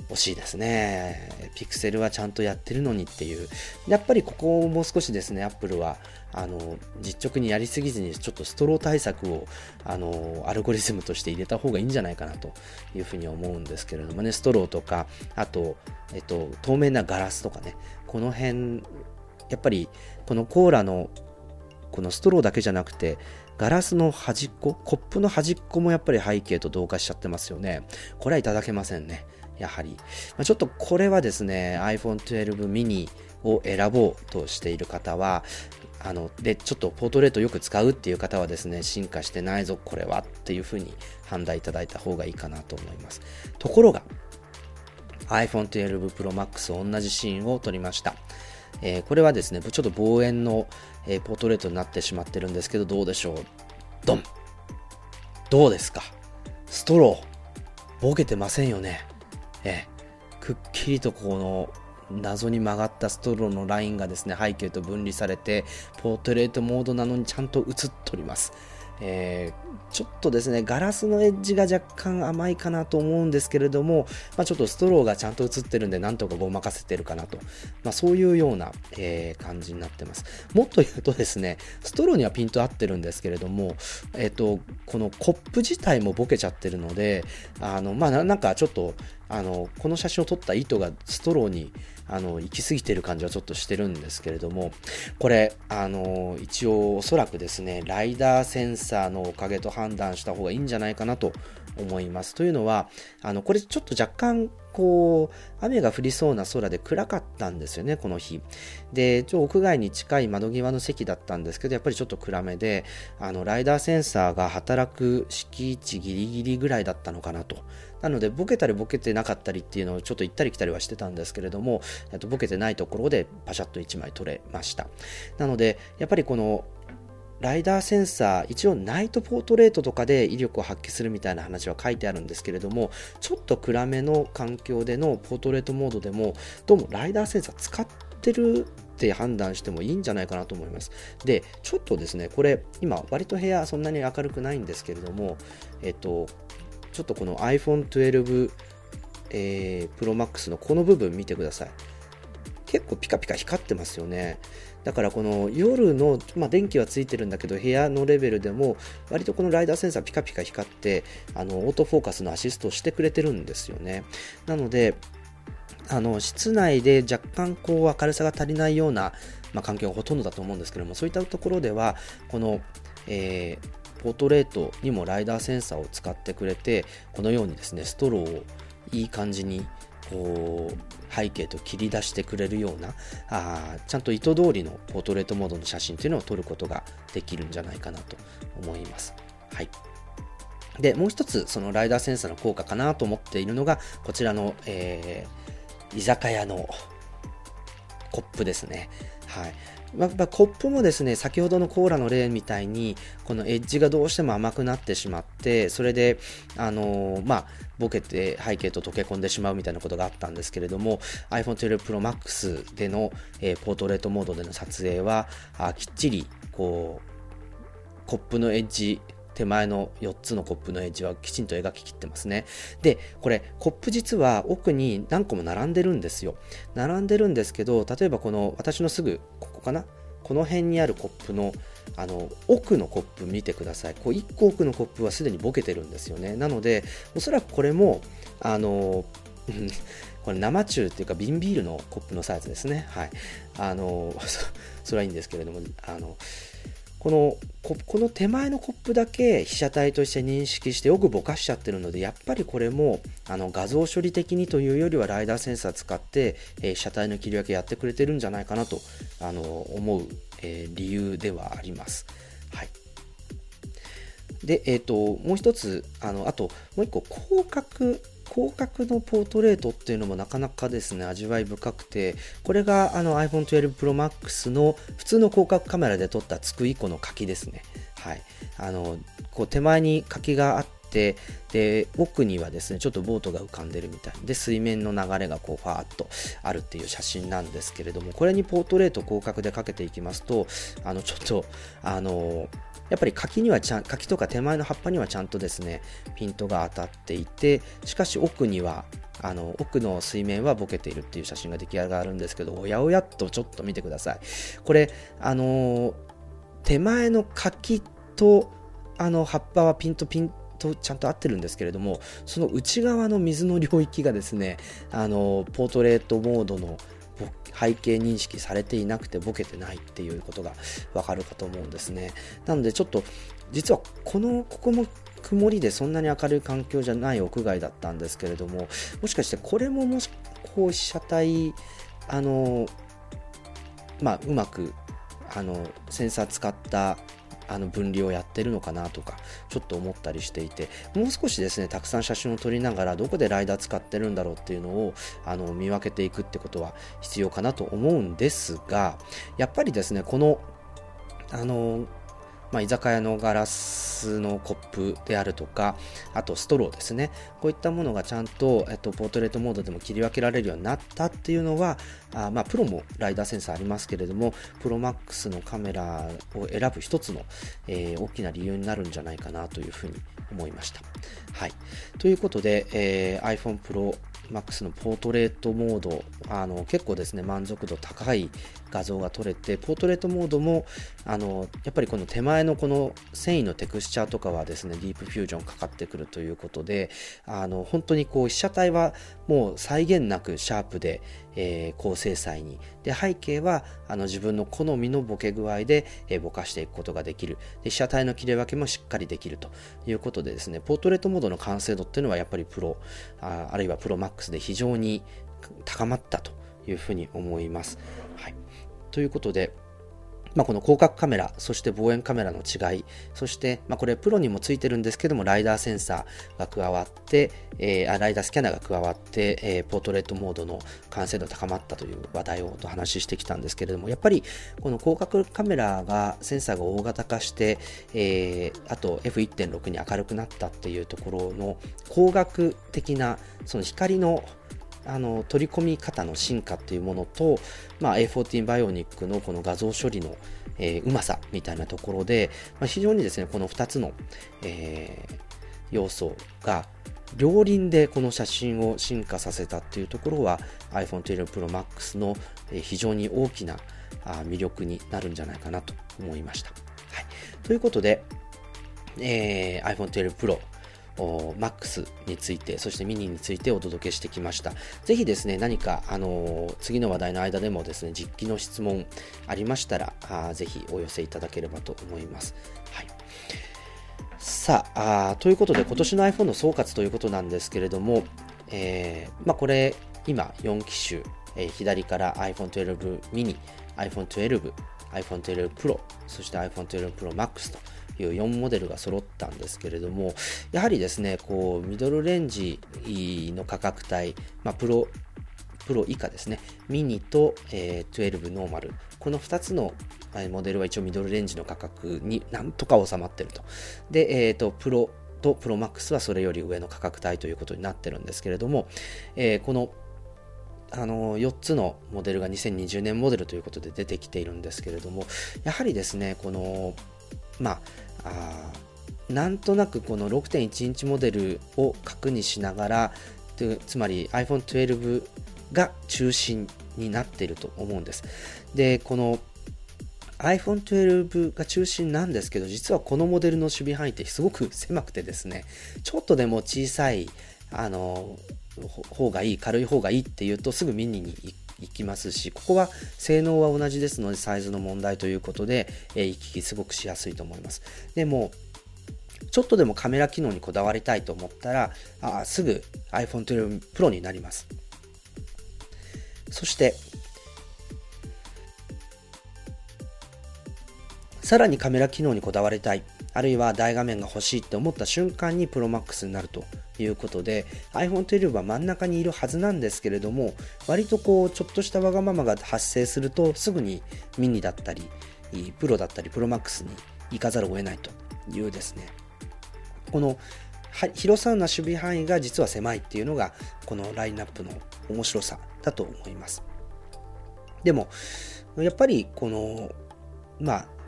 惜しいですね。ピクセルはちゃんとやってるのにっていう。やっぱりここをもう少しですね、アップルは、あの、実直にやりすぎずに、ちょっとストロー対策を、あの、アルゴリズムとして入れた方がいいんじゃないかなというふうに思うんですけれどもね、ストローとか、あと、えっと、透明なガラスとかね、この辺、やっぱり、このコーラの、このストローだけじゃなくて、ガラスの端っこ、コップの端っこもやっぱり背景と同化しちゃってますよね。これはいただけませんね。やはり。まあ、ちょっとこれはですね、iPhone じゅうに mini を選ぼうとしている方は、あの、で、ちょっとポートレートよく使うっていう方はですね、進化してないぞ、これはっていうふうに判断いただいた方がいいかなと思います。ところが、iPhone じゅうに Pro Max 同じシーンを撮りました。えー、これはですね、ちょっと望遠の、えー、ポートレートになってしまってるんですけど、どうでしょう。ドン。どうですか。ストロー、ボケてませんよね。えー、くっきりとこの謎に曲がったストローのラインがですね、背景と分離されて、ポートレートモードなのにちゃんと映っております。えー、ちょっとですね、ガラスのエッジが若干甘いかなと思うんですけれども、まあ、ちょっとストローがちゃんと映ってるんで、なんとかごまかせてるかなと、まあ、そういうような、えー、感じになってます。もっと言うとですね、ストローにはピント合ってるんですけれども、えっと、このコップ自体もボケちゃってるので、あの、まあ、なんかちょっと、あの、この写真を撮った意図がストローにあの行き過ぎてる感じはちょっとしてるんですけれども、これあの一応おそらくですね、ライダーセンサーのおかげと判断した方がいいんじゃないかなと思います。というのは、あのこれちょっと若干こう雨が降りそうな空で暗かったんですよね、この日で。ちょ屋外に近い窓際の席だったんですけど、やっぱりちょっと暗めで、あのライダーセンサーが働く敷地ギリギリぐらいだったのかなと。なのでボケたりボケてなかったりっていうのをちょっと行ったり来たりはしてたんですけれども、とボケてないところでパシャッといちまい撮れました。なのでやっぱりこのライダーセンサー、一応ナイトポートレートとかで威力を発揮するみたいな話は書いてあるんですけれども、ちょっと暗めの環境でのポートレートモードでもどうもライダーセンサー使ってるって判断してもいいんじゃないかなと思います。で、ちょっとですね、これ今割と部屋そんなに明るくないんですけれども、えっとちょっとこの iPhone じゅうに、えー、Pro Max のこの部分見てください。結構ピカピカ光ってますよね。だからこの夜の、まあ、電気はついてるんだけど部屋のレベルでも割とこのライダーセンサーピカピカ光ってあのオートフォーカスのアシストをしてくれてるんですよね。なのであの室内で若干こう明るさが足りないような、まあ、環境がほとんどだと思うんですけども、そういったところではこの、えーポートレートにもライダーセンサーを使ってくれて、このようにですねストローをいい感じにこう背景と切り出してくれるような、あちゃんと意図通りのポートレートモードの写真というのを撮ることができるんじゃないかなと思います。はい。でもう一つそのライダーセンサーの効果かなと思っているのがこちらの、えー、居酒屋のコップですね。はい。まあ、コップもですね、先ほどのコーラの例みたいにこのエッジがどうしても甘くなってしまって、それであのー、まあボケて背景と溶け込んでしまうみたいなことがあったんですけれども、 iPhone じゅうに Pro Max での、えー、ポートレートモードでの撮影はあきっちりこうコップのエッジ、手前のよっつのコップのエッジはきちんと描ききってますね。で、これコップ実は奥に何個も並んでるんですよ。並んでるんですけど、例えばこの私のすぐここかな、この辺にあるコップのあの奥のコップ見てください。こういっこ奥のコップはすでにボケてるんですよね。なのでおそらくこれもあのこれ生中っていうか瓶ビールのコップのサイズですね。はい。あのそれはいいんですけれども、あのこのこの手前のコップだけ被写体として認識してよくぼかしちゃってるので、やっぱりこれもあの画像処理的にというよりはライダーセンサー使って、えー、被写体の切り分けやってくれてるんじゃないかなとあの思う、えー、理由ではあります。はい。で、えーと、もう一つあのあともう一個広角広角のポートレートっていうのもなかなかですね味わい深くて、これがあの iPhone じゅうに Pro Max の普通の広角カメラで撮ったつくいっこの柿ですね。はい。あのこう手前に柿があって、で奥にはですねちょっとボートが浮かんでるみたいで、水面の流れがこうファーっとあるっていう写真なんですけれども、これにポートレート広角でかけていきますと、あのちょっとあのやっぱり柿にはちゃん柿とか手前の葉っぱにはちゃんとですねピントが当たっていて、しかし奥にはあの奥の水面はボケているっていう写真が出来上がるんですけど、おやおやっとちょっと見てください。これあの手前の柿とあの葉っぱはピンとピンとちゃんと合ってるんですけれども、その内側の水の領域がですねあのポートレートモードの背景認識されていなくてボケてないっていうことがわかるかと思うんですね。なのでちょっと実はこのここも曇りでそんなに明るい環境じゃない屋外だったんですけれども、もしかしてこれももしこう被写体あのまあうまくあのセンサー使ったあの分離をやってるのかなとかちょっと思ったりしていて、もう少しですねたくさん写真を撮りながらどこでライダー使ってるんだろうっていうのをあの見分けていくってことは必要かなと思うんですが、やっぱりですねこのあのまあ、居酒屋のガラスのコップであるとか、あとストローですね、こういったものがちゃんと、えっと、ポートレートモードでも切り分けられるようになったっていうのは、あまあ、プロもライダーセンサーありますけれども、プロマックスのカメラを選ぶ一つの、えー、大きな理由になるんじゃないかなというふうに思いました。はい、ということで、えー、iPhone Pro Max のポートレートモード、あの結構ですね満足度高い画像が撮れて、ポートレートモードもあのやっぱりこの手前のこの繊維のテクスチャーとかはですねディープフュージョンかかってくるということで、あの本当にこう被写体はもう際限なくシャープで、えー、高精細にで、背景はあの自分の好みのボケ具合で、えー、ぼかしていくことができる。で被写体の切り分けもしっかりできるということでですね、ポートレートモードの完成度っていうのはやっぱりプロ あ, あるいはプロマックスで非常に高まったというふうに思います。はい、ということで、まあ、この広角カメラ、そして望遠カメラの違い、そして、まあ、これプロにもついてるんですけども、ライダーセンサーが加わって、えー、あライダースキャナーが加わって、えー、ポートレートモードの完成度高まったという話題をと話してきたんですけれども、やっぱりこの広角カメラがセンサーが大型化して、えー、あと エフいってんろく に明るくなったっていうところの光学的なその光のあの取り込み方の進化っていうものと、まあ、エーフォーティーン バイオニックのこの画像処理の、えー、うまさみたいなところで、まあ、非常にですねこのふたつの、えー、要素が両輪でこの写真を進化させたっていうところは iPhone じゅうに Pro Max の非常に大きな魅力になるんじゃないかなと思いました。はい、ということで、えー、iPhone じゅうに Proマックス について、そしてミニについてお届けしてきました。ぜひですね何か、あのー、次の話題の間でもですね実機の質問ありましたらあぜひお寄せいただければと思います。はい、さあ、あということで今年の iPhone の総括ということなんですけれども、えーまあ、これ今よん機種、えー、左から iPhone じゅうに mini、 iPhone じゅうに、iPhone じゅうに Pro、 そして iPhone じゅうに Pro Max というよんモデルが揃ったんですけれども、やはりですねこうミドルレンジの価格帯、まあ、プロプロ以下ですね、ミニと、えー、じゅうにノーマル、このふたつのモデルは一応ミドルレンジの価格になんとか収まっていると。で、えーと、プロとプロマックスはそれより上の価格帯ということになってるんですけれども、えー、このあのよっつのモデルがにせんにじゅうねんモデルということで出てきているんですけれども、やはりですねこのまああなんとなくこの ろくてんいち インチモデルを核にしながら、つまり iPhone じゅうにが中心になっていると思うんです。でこの iPhone じゅうにが中心なんですけど、実はこのモデルの守備範囲ってすごく狭くてですね、ちょっとでも小さいあの方がいい、軽い方がいいっていうとすぐミニに行きますし、ここは性能は同じですのでサイズの問題ということで、えー、行き来すごくしやすいと思います。でもちょっとでもカメラ機能にこだわりたいと思ったらあすぐ iPhone じゅうに Pro になります。そしてさらにカメラ機能にこだわりたい、あるいは大画面が欲しいって思った瞬間に Pro Max になるということで、 iPhone じゅうには真ん中にいるはずなんですけれども、割とこうちょっとしたわがままが発生するとすぐにミニだったりプロだったり Pro Max に行かざるを得ないというですね、この広さな守備範囲が実は狭いっていうのがこのラインナップの面白さだと思います。でもやっぱりこのまあ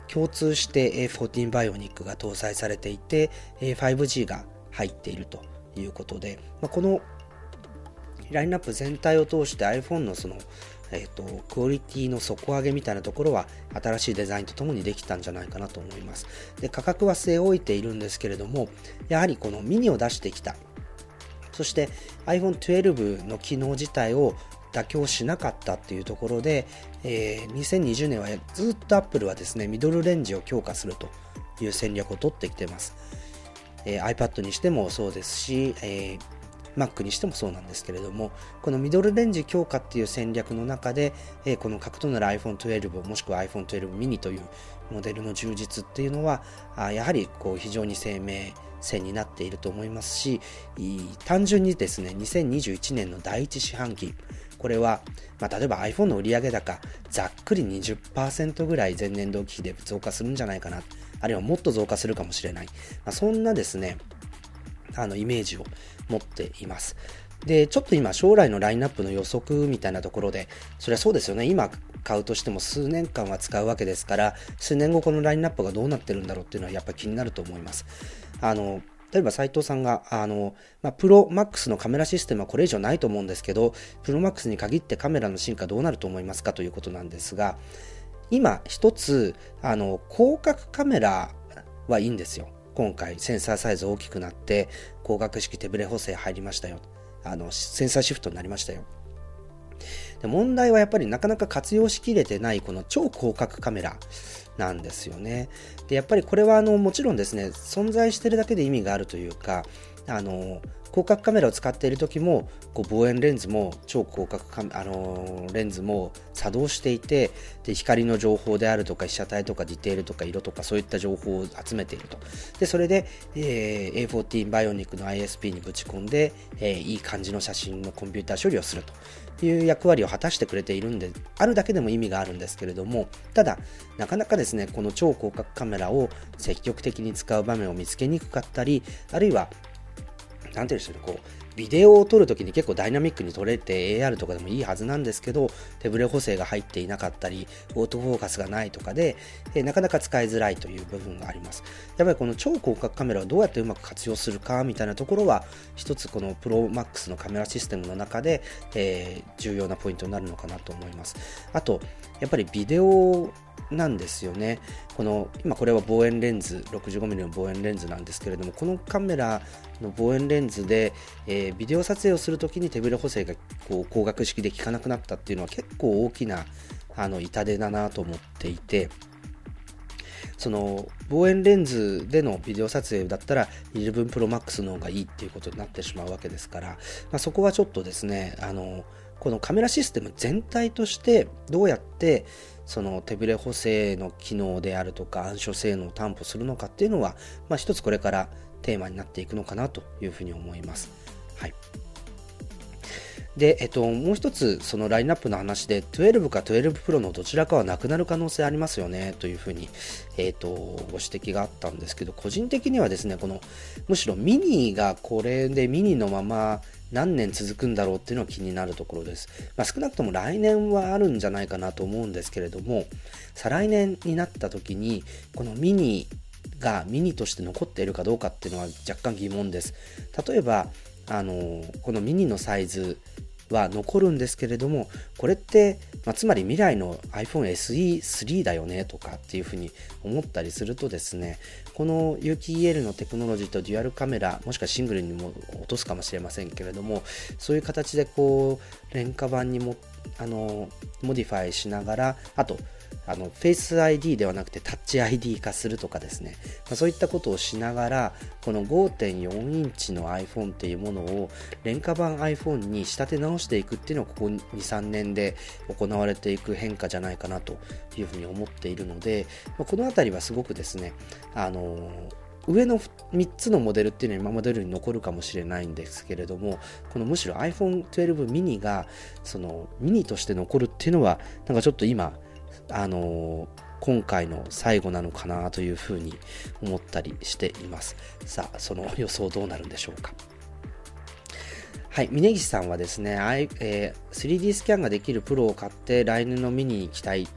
共通して エーフォーティーン バイオニックが搭載されていて ファイブジー が入っているということで、まあ、このラインナップ全体を通して iPhone のその、えーと、クオリティの底上げみたいなところは新しいデザインとともにできたんじゃないかなと思います。で、価格は据え置いているんですけれども、やはりこのミニを出してきた、そして アイフォントゥエルブ の機能自体を妥協しなかったっていうところで、えー、にせんにじゅうねんはずっと Apple はですねミドルレンジを強化するという戦略を取ってきています。えー、iPad にしてもそうですし、えーMac にしてもそうなんですけれども、このミドルレンジ強化っていう戦略の中で、えー、この核となる アイフォントゥエルブ もしくは アイフォントゥエルブミニ というモデルの充実っていうのはあやはりこう非常に生命線になっていると思いますし、単純にですねにせんにじゅういちねんの第一四半期、これは、まあ、例えば iPhone の売上高ざっくり にじゅっパーセント ぐらい前年同期比で増加するんじゃないかな、あるいはもっと増加するかもしれない、まあ、そんなですねあのイメージを持っています。で、ちょっと今将来のラインナップの予測みたいなところで、それはそうですよね、今買うとしても数年間は使うわけですから、数年後このラインナップがどうなってるんだろうっていうのはやっぱり気になると思います。あの例えば斉藤さんがあの、まあ、プロマックスのカメラシステムはこれ以上ないと思うんですけど、プロマックスに限ってカメラの進化どうなると思いますかということなんですが、今一つあの広角カメラはいいんですよ。今回センサーサイズ大きくなって光学式手ブレ補正入りましたよ、あのセンサーシフトになりましたよ。で、問題はやっぱりなかなか活用しきれてないこの超広角カメラなんですよね。で、やっぱりこれはあのもちろんですね存在してるだけで意味があるというか、あの広角カメラを使っている時もこう望遠レンズも超広角カメ、あのー、レンズも作動していて、で光の情報であるとか被写体とかディテールとか色とかそういった情報を集めていると。でそれで、えー、エーフォーティーン バイオニックの アイエスピー にぶち込んで、えー、いい感じの写真のコンピューター処理をするという役割を果たしてくれているんであるだけでも意味があるんですけれども、ただなかなかですねこの超広角カメラを積極的に使う場面を見つけにくかったり、あるいはなんていうんでしょうね、こうビデオを撮るときに結構ダイナミックに撮れて エーアール とかでもいいはずなんですけど、手ブレ補正が入っていなかったりオートフォーカスがないとかで、えー、なかなか使いづらいという部分があります。やっぱりこの超広角カメラをどうやってうまく活用するかみたいなところは一つこのプロマックスのカメラシステムの中で、えー、重要なポイントになるのかなと思います。あとやっぱりビデオなんですよね。この今これは望遠レンズ ろくじゅうごミリ の望遠レンズなんですけれども、このカメラの望遠レンズで、えー、ビデオ撮影をするときに手ブレ補正がこう光学式で効かなくなったっていうのは結構大きなあの痛手だなと思っていて、その望遠レンズでのビデオ撮影だったらじゅういちプロマックスの方がいいっていうことになってしまうわけですから、まあ、そこはちょっとですねあのこのカメラシステム全体としてどうやってその手ブレ補正の機能であるとか暗所性能を担保するのかっていうのは、まあ、一つこれからテーマになっていくのかなというふうに思います。はい。で、えっと、もう一つそのラインナップの話でじゅうにかじゅうにプロのどちらかはなくなる可能性ありますよねというふうに、えっと、ご指摘があったんですけど、個人的にはですねこのむしろミニがこれでミニのまま何年続くんだろうっていうのが気になるところです。まあ、少なくとも来年はあるんじゃないかなと思うんですけれども、再来年になった時にこのミニがミニとして残っているかどうかっていうのは若干疑問です。例えばあのこのミニのサイズは残るんですけれども、これって、まあ、つまり未来の iPhone エスイースリー だよねとかっていうふうに思ったりするとですね、この有機 イーエル のテクノロジーとデュアルカメラ、もしくはシングルにも落とすかもしれませんけれども、そういう形でこう廉価版にもあのモディファイしながら、あとあのフェイス アイディー ではなくてタッチ アイディー 化するとかですね、まあ、そういったことをしながらこの ごてんよん インチの iPhone っていうものを廉価版 iPhone に仕立て直していくっていうのはここ にさんねんで行われていく変化じゃないかなというふうに思っているので、まあ、このあたりはすごくですねあのー上のみっつのモデルっていうのは今までより残るかもしれないんですけれども、このむしろ アイフォントゥエルブ ミニがそのミニとして残るっていうのはなんかちょっと今あのー、今回の最後なのかなというふうに思ったりしています。さあその予想どうなるんでしょうか。はい、峯岸さんはですね、えー、スリーディー スキャンができるプロを買って来年のミニに期待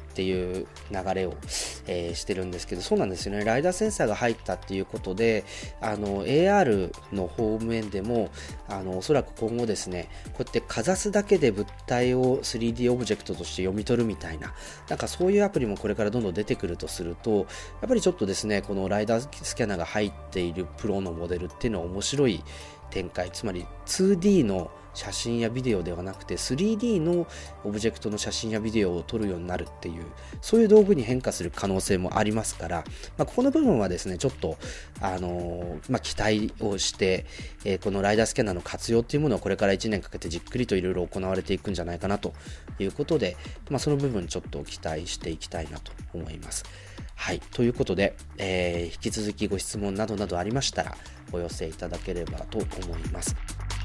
っていう流れを、えー、してるんですけど、そうなんですよね。ライダーセンサーが入ったっていうことで、あの エーアール の方面でもあのおそらく今後ですね、こうやってかざすだけで物体を スリーディー オブジェクトとして読み取るみたいな、なんかそういうアプリもこれからどんどん出てくるとすると、やっぱりちょっとですね、このライダースキャナーが入っているプロのモデルっていうのは面白い展開、つまり ツーディー の写真やビデオではなくて スリーディー のオブジェクトの写真やビデオを撮るようになるっていう、そういう道具に変化する可能性もありますから、まあ、ここの部分はですねちょっと、あのーまあ、期待をして、えー、このライダースキャナーの活用っていうものをこれからいちねんかけてじっくりといろいろ行われていくんじゃないかなということで、まあ、その部分ちょっと期待していきたいなと思います。はい、ということで、えー、引き続きご質問などなどありましたらお寄せいただければと思います。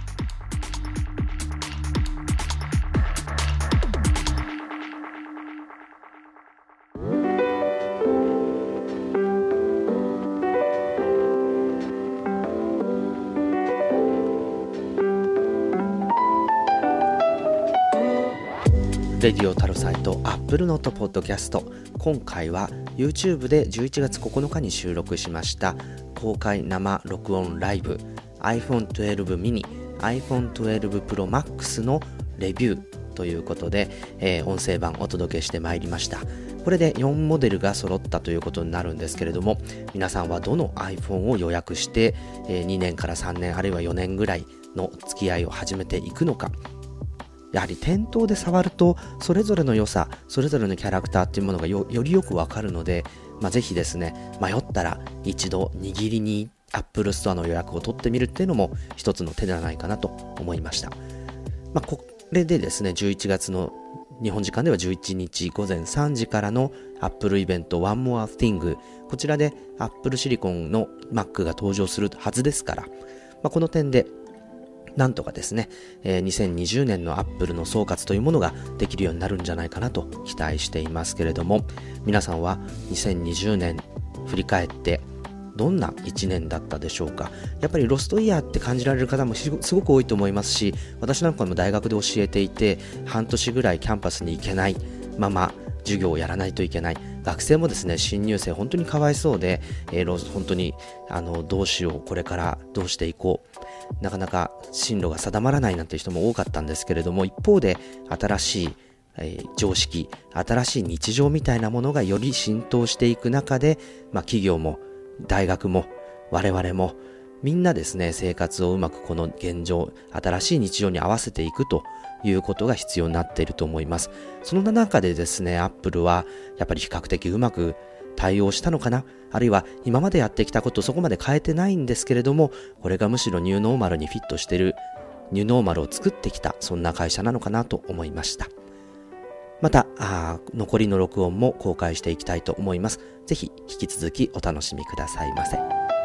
レディオタロサイト Apple Note Podcast、 今回は YouTube でじゅういちがつここのかに収録しました公開生録音ライブ アイフォントゥエルブ mini、 アイフォントゥエルブ Pro Max のレビューということで、えー、音声版お届けしてまいりました。これでよんモデルが揃ったということになるんですけれども、皆さんはどの iPhone を予約して、えー、にねんからさんねんあるいはよねんぐらいの付き合いを始めていくのか。やはり店頭で触るとそれぞれの良さ、それぞれのキャラクターっていうものが よ, よりよくわかるので、まあ、ぜひですね迷ったら一度握りに Apple Store の予約を取ってみるっていうのも一つの手ではないかなと思いました。まあ、これでですねじゅういちがつの日本時間ではじゅういちにちごぜんさんじからの Apple イベント One More Thing、 こちらで Apple シリコンの Mac が登場するはずですから、まあ、この点でなんとかですね、えー、にせんにじゅうねんの Apple の総括というものができるようになるんじゃないかなと期待していますけれども、皆さんはにせんにじゅうねん振り返ってどんないちねんだったでしょうか。やっぱりロストイヤーって感じられる方もすごく多いと思いますし、私なんかも大学で教えていて半年ぐらいキャンパスに行けないまま授業をやらないといけない学生もですね、新入生本当にかわいそうで、えー、本当にあのどうしよう、これからどうしていこう、なかなか進路が定まらないなんていう人も多かったんですけれども、一方で新しい、えー、常識、新しい日常みたいなものがより浸透していく中で、まあ、企業も大学も我々もみんなですね、生活をうまくこの現状、新しい日常に合わせていくということが必要になっていると思います。その中でですね、アップルはやっぱり比較的うまく対応したのかな、あるいは今までやってきたことをそこまで変えてないんですけれども、これがむしろニューノーマルにフィットしている、ニューノーマルを作ってきた、そんな会社なのかなと思いました。またあ残りの録音も公開していきたいと思います。ぜひ引き続きお楽しみくださいませ。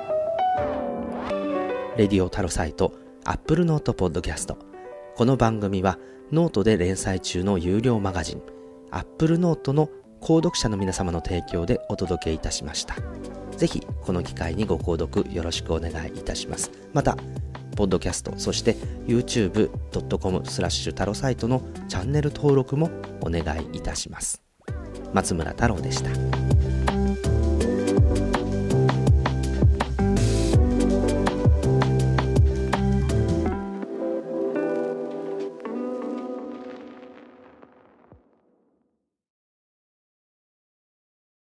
レディオタロサイト Apple Note Podcast、 この番組はノートで連載中の有料マガジン Apple Note の購読者の皆様の提供でお届けいたしました。ぜひこの機会にご購読よろしくお願いいたします。またポッドキャスト、そして ユーチューブドットコムスラッシュタロサイトのチャンネル登録もお願いいたします。松村太郎でした。